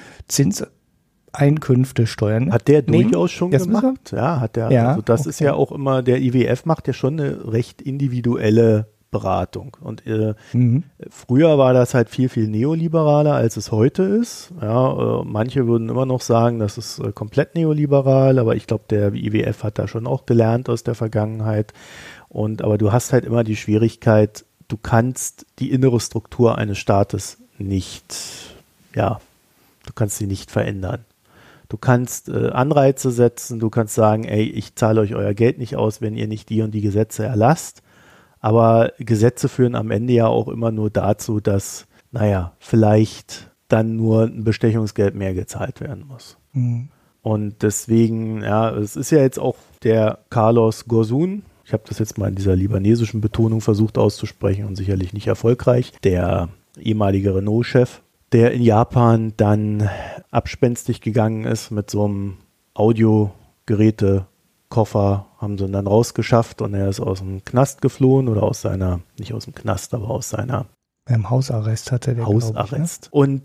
Zinseinkünfte steuern. Hat der nehmen? durchaus schon das gemacht? Ja, hat der. Ja, also das okay. ist ja auch immer, der I W F macht ja schon eine recht individuelle Beratung. Und äh, mhm. früher war das halt viel, viel neoliberaler, als es heute ist. Ja, äh, manche würden immer noch sagen, das ist äh, komplett neoliberal, aber ich glaube, der I W F hat da schon auch gelernt aus der Vergangenheit. Und aber du hast halt immer die Schwierigkeit, du kannst die innere Struktur eines Staates nicht, ja, du kannst sie nicht verändern. Du kannst äh, Anreize setzen, du kannst sagen, ey, ich zahle euch euer Geld nicht aus, wenn ihr nicht die und die Gesetze erlasst. Aber Gesetze führen am Ende ja auch immer nur dazu, dass, naja, vielleicht dann nur ein Bestechungsgeld mehr gezahlt werden muss. Mhm. Und deswegen, ja, es ist ja jetzt auch der Carlos Ghosn, ich habe das jetzt mal in dieser libanesischen Betonung versucht auszusprechen und sicherlich nicht erfolgreich, der ehemalige Renault-Chef, der in Japan dann abspenstig gegangen ist mit so einem Audiogeräte Koffer, haben sie ihn dann rausgeschafft und er ist aus dem Knast geflohen oder aus seiner, nicht aus dem Knast, aber aus seiner Im Hausarrest hatte der, Hausarrest. Ich, ne? Und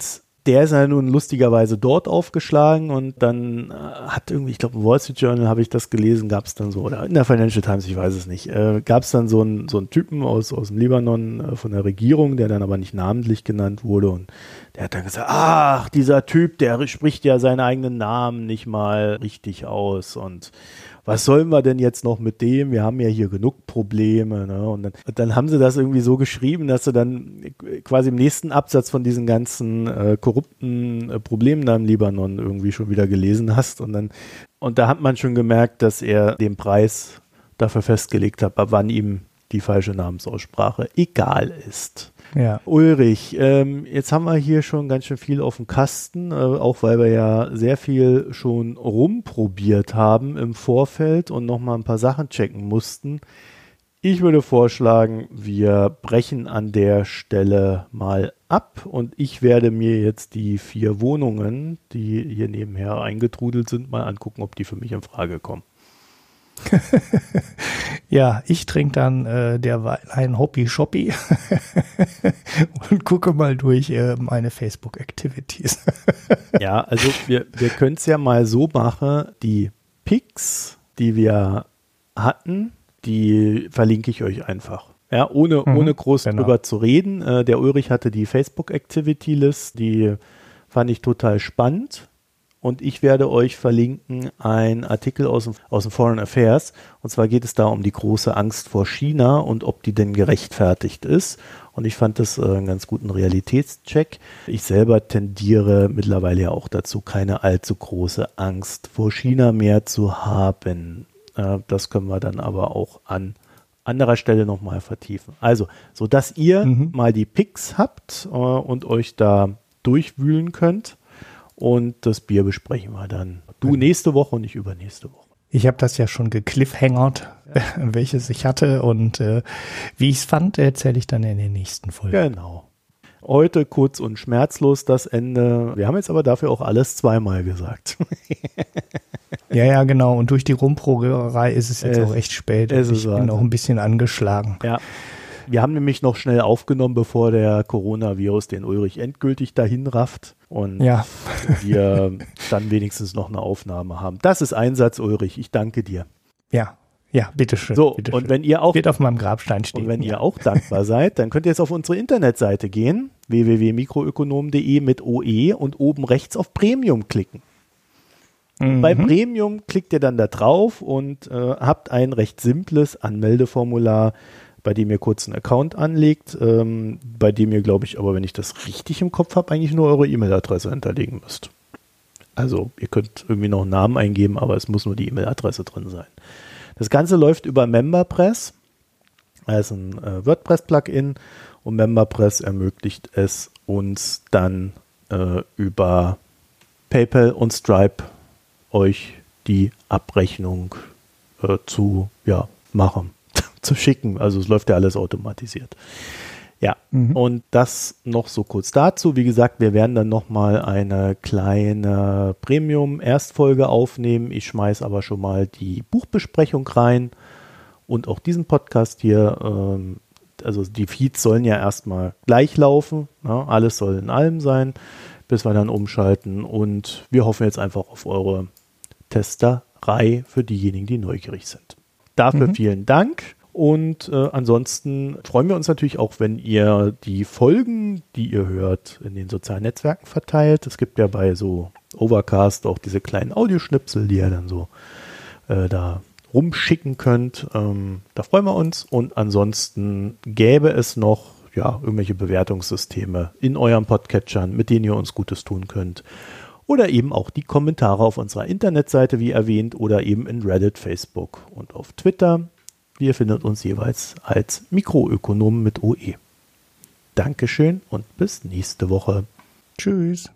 der ist ja nun lustigerweise dort aufgeschlagen und dann äh, hat irgendwie, ich glaube im Wall Street Journal habe ich das gelesen, gab es dann so, oder in der Financial Times, ich weiß es nicht, äh, gab es dann so einen so einen Typen aus, aus dem Libanon äh, von der Regierung, der dann aber nicht namentlich genannt wurde und der hat dann gesagt, ach, dieser Typ, der spricht ja seinen eigenen Namen nicht mal richtig aus und was sollen wir denn jetzt noch mit dem? Wir haben ja hier genug Probleme. Ne? Und, dann, und dann haben sie das irgendwie so geschrieben, dass sie dann quasi im nächsten Absatz von diesen ganzen äh, korrupten äh, Problemen da im Libanon irgendwie schon wieder gelesen hast. Und dann und da hat man schon gemerkt, dass er den Preis dafür festgelegt hat, ab wann ihm die falsche Namensaussprache egal ist. Ja. Ulrich, ähm, jetzt haben wir hier schon ganz schön viel auf dem Kasten, äh, auch weil wir ja sehr viel schon rumprobiert haben im Vorfeld und nochmal ein paar Sachen checken mussten. Ich würde vorschlagen, wir brechen an der Stelle mal ab und ich werde mir jetzt die vier Wohnungen, die hier nebenher eingetrudelt sind, mal angucken, ob die für mich in Frage kommen. Ja, ich trinke dann äh, derweil ein Hobby-Shoppi und gucke mal durch äh, meine Facebook-Activities. Ja, also wir, wir können es ja mal so machen, die Pics, die wir hatten, die verlinke ich euch einfach. Ja, ohne, mhm, ohne groß genau. drüber zu reden. Äh, der Ulrich hatte die Facebook-Activity-List, die fand ich total spannend. Und ich werde euch verlinken einen Artikel aus dem, aus dem Foreign Affairs. Und zwar geht es da um die große Angst vor China und ob die denn gerechtfertigt ist. Und ich fand das äh, einen ganz guten Realitätscheck. Ich selber tendiere mittlerweile ja auch dazu, keine allzu große Angst vor China mehr zu haben. Äh, das können wir dann aber auch an anderer Stelle nochmal vertiefen. Also, sodass ihr mhm. mal die Picks habt äh, und euch da durchwühlen könnt. Und das Bier besprechen wir dann. Du nächste Woche und ich übernächste Woche. Ich habe das ja schon gecliffhangert, ja. welches ich hatte. Und äh, wie ich es fand, erzähle ich dann in den nächsten Folgen. Genau. Heute kurz und schmerzlos das Ende. Wir haben jetzt aber dafür auch alles zweimal gesagt. Ja, ja, genau. Und durch die Rumprogerei ist es jetzt es, auch echt spät. Ich bin also auch ein bisschen angeschlagen. Ja. Wir haben nämlich noch schnell aufgenommen, bevor der Coronavirus den Ulrich endgültig dahin rafft und ja. wir dann wenigstens noch eine Aufnahme haben. Das ist Einsatz, Ulrich. Ich danke dir. Ja, ja, bitteschön. So, bitteschön. und wenn ihr auch wird auf meinem Grabstein stehen. Und wenn ja. ihr auch dankbar seid, dann könnt ihr jetzt auf unsere Internetseite gehen, w w w punkt mikroökonom punkt de mit O E und oben rechts auf Premium klicken. Mhm. Bei Premium klickt ihr dann da drauf und äh, habt ein recht simples Anmeldeformular, bei dem ihr kurz einen Account anlegt, ähm, bei dem ihr, glaube ich, aber wenn ich das richtig im Kopf habe, eigentlich nur eure E-Mail-Adresse hinterlegen müsst. Also ihr könnt irgendwie noch einen Namen eingeben, aber es muss nur die E-Mail-Adresse drin sein. Das Ganze läuft über MemberPress, das ist ein äh, WordPress-Plugin und MemberPress ermöglicht es uns dann äh, über PayPal und Stripe euch die Abrechnung äh, zu ja, machen. zu schicken. Also es läuft ja alles automatisiert. Ja, mhm. Und das noch so kurz dazu. Wie gesagt, wir werden dann nochmal eine kleine Premium-Erstfolge aufnehmen. Ich schmeiße aber schon mal die Buchbesprechung rein und auch diesen Podcast hier. Ähm, also die Feeds sollen ja erstmal gleich laufen. Ja, alles soll in allem sein, bis wir dann umschalten. Und wir hoffen jetzt einfach auf eure Testerei für diejenigen, die neugierig sind. Dafür mhm. vielen Dank. Und äh, ansonsten freuen wir uns natürlich auch, wenn ihr die Folgen, die ihr hört, in den sozialen Netzwerken verteilt. Es gibt ja bei so Overcast auch diese kleinen Audioschnipsel, die ihr dann so äh, da rumschicken könnt. Ähm, da freuen wir uns. Und ansonsten gäbe es noch ja, irgendwelche Bewertungssysteme in euren Podcatchern, mit denen ihr uns Gutes tun könnt. Oder eben auch die Kommentare auf unserer Internetseite, wie erwähnt, oder eben in Reddit, Facebook und auf Twitter. Ihr findet uns jeweils als Mikroökonomen mit O E. Dankeschön und bis nächste Woche. Tschüss.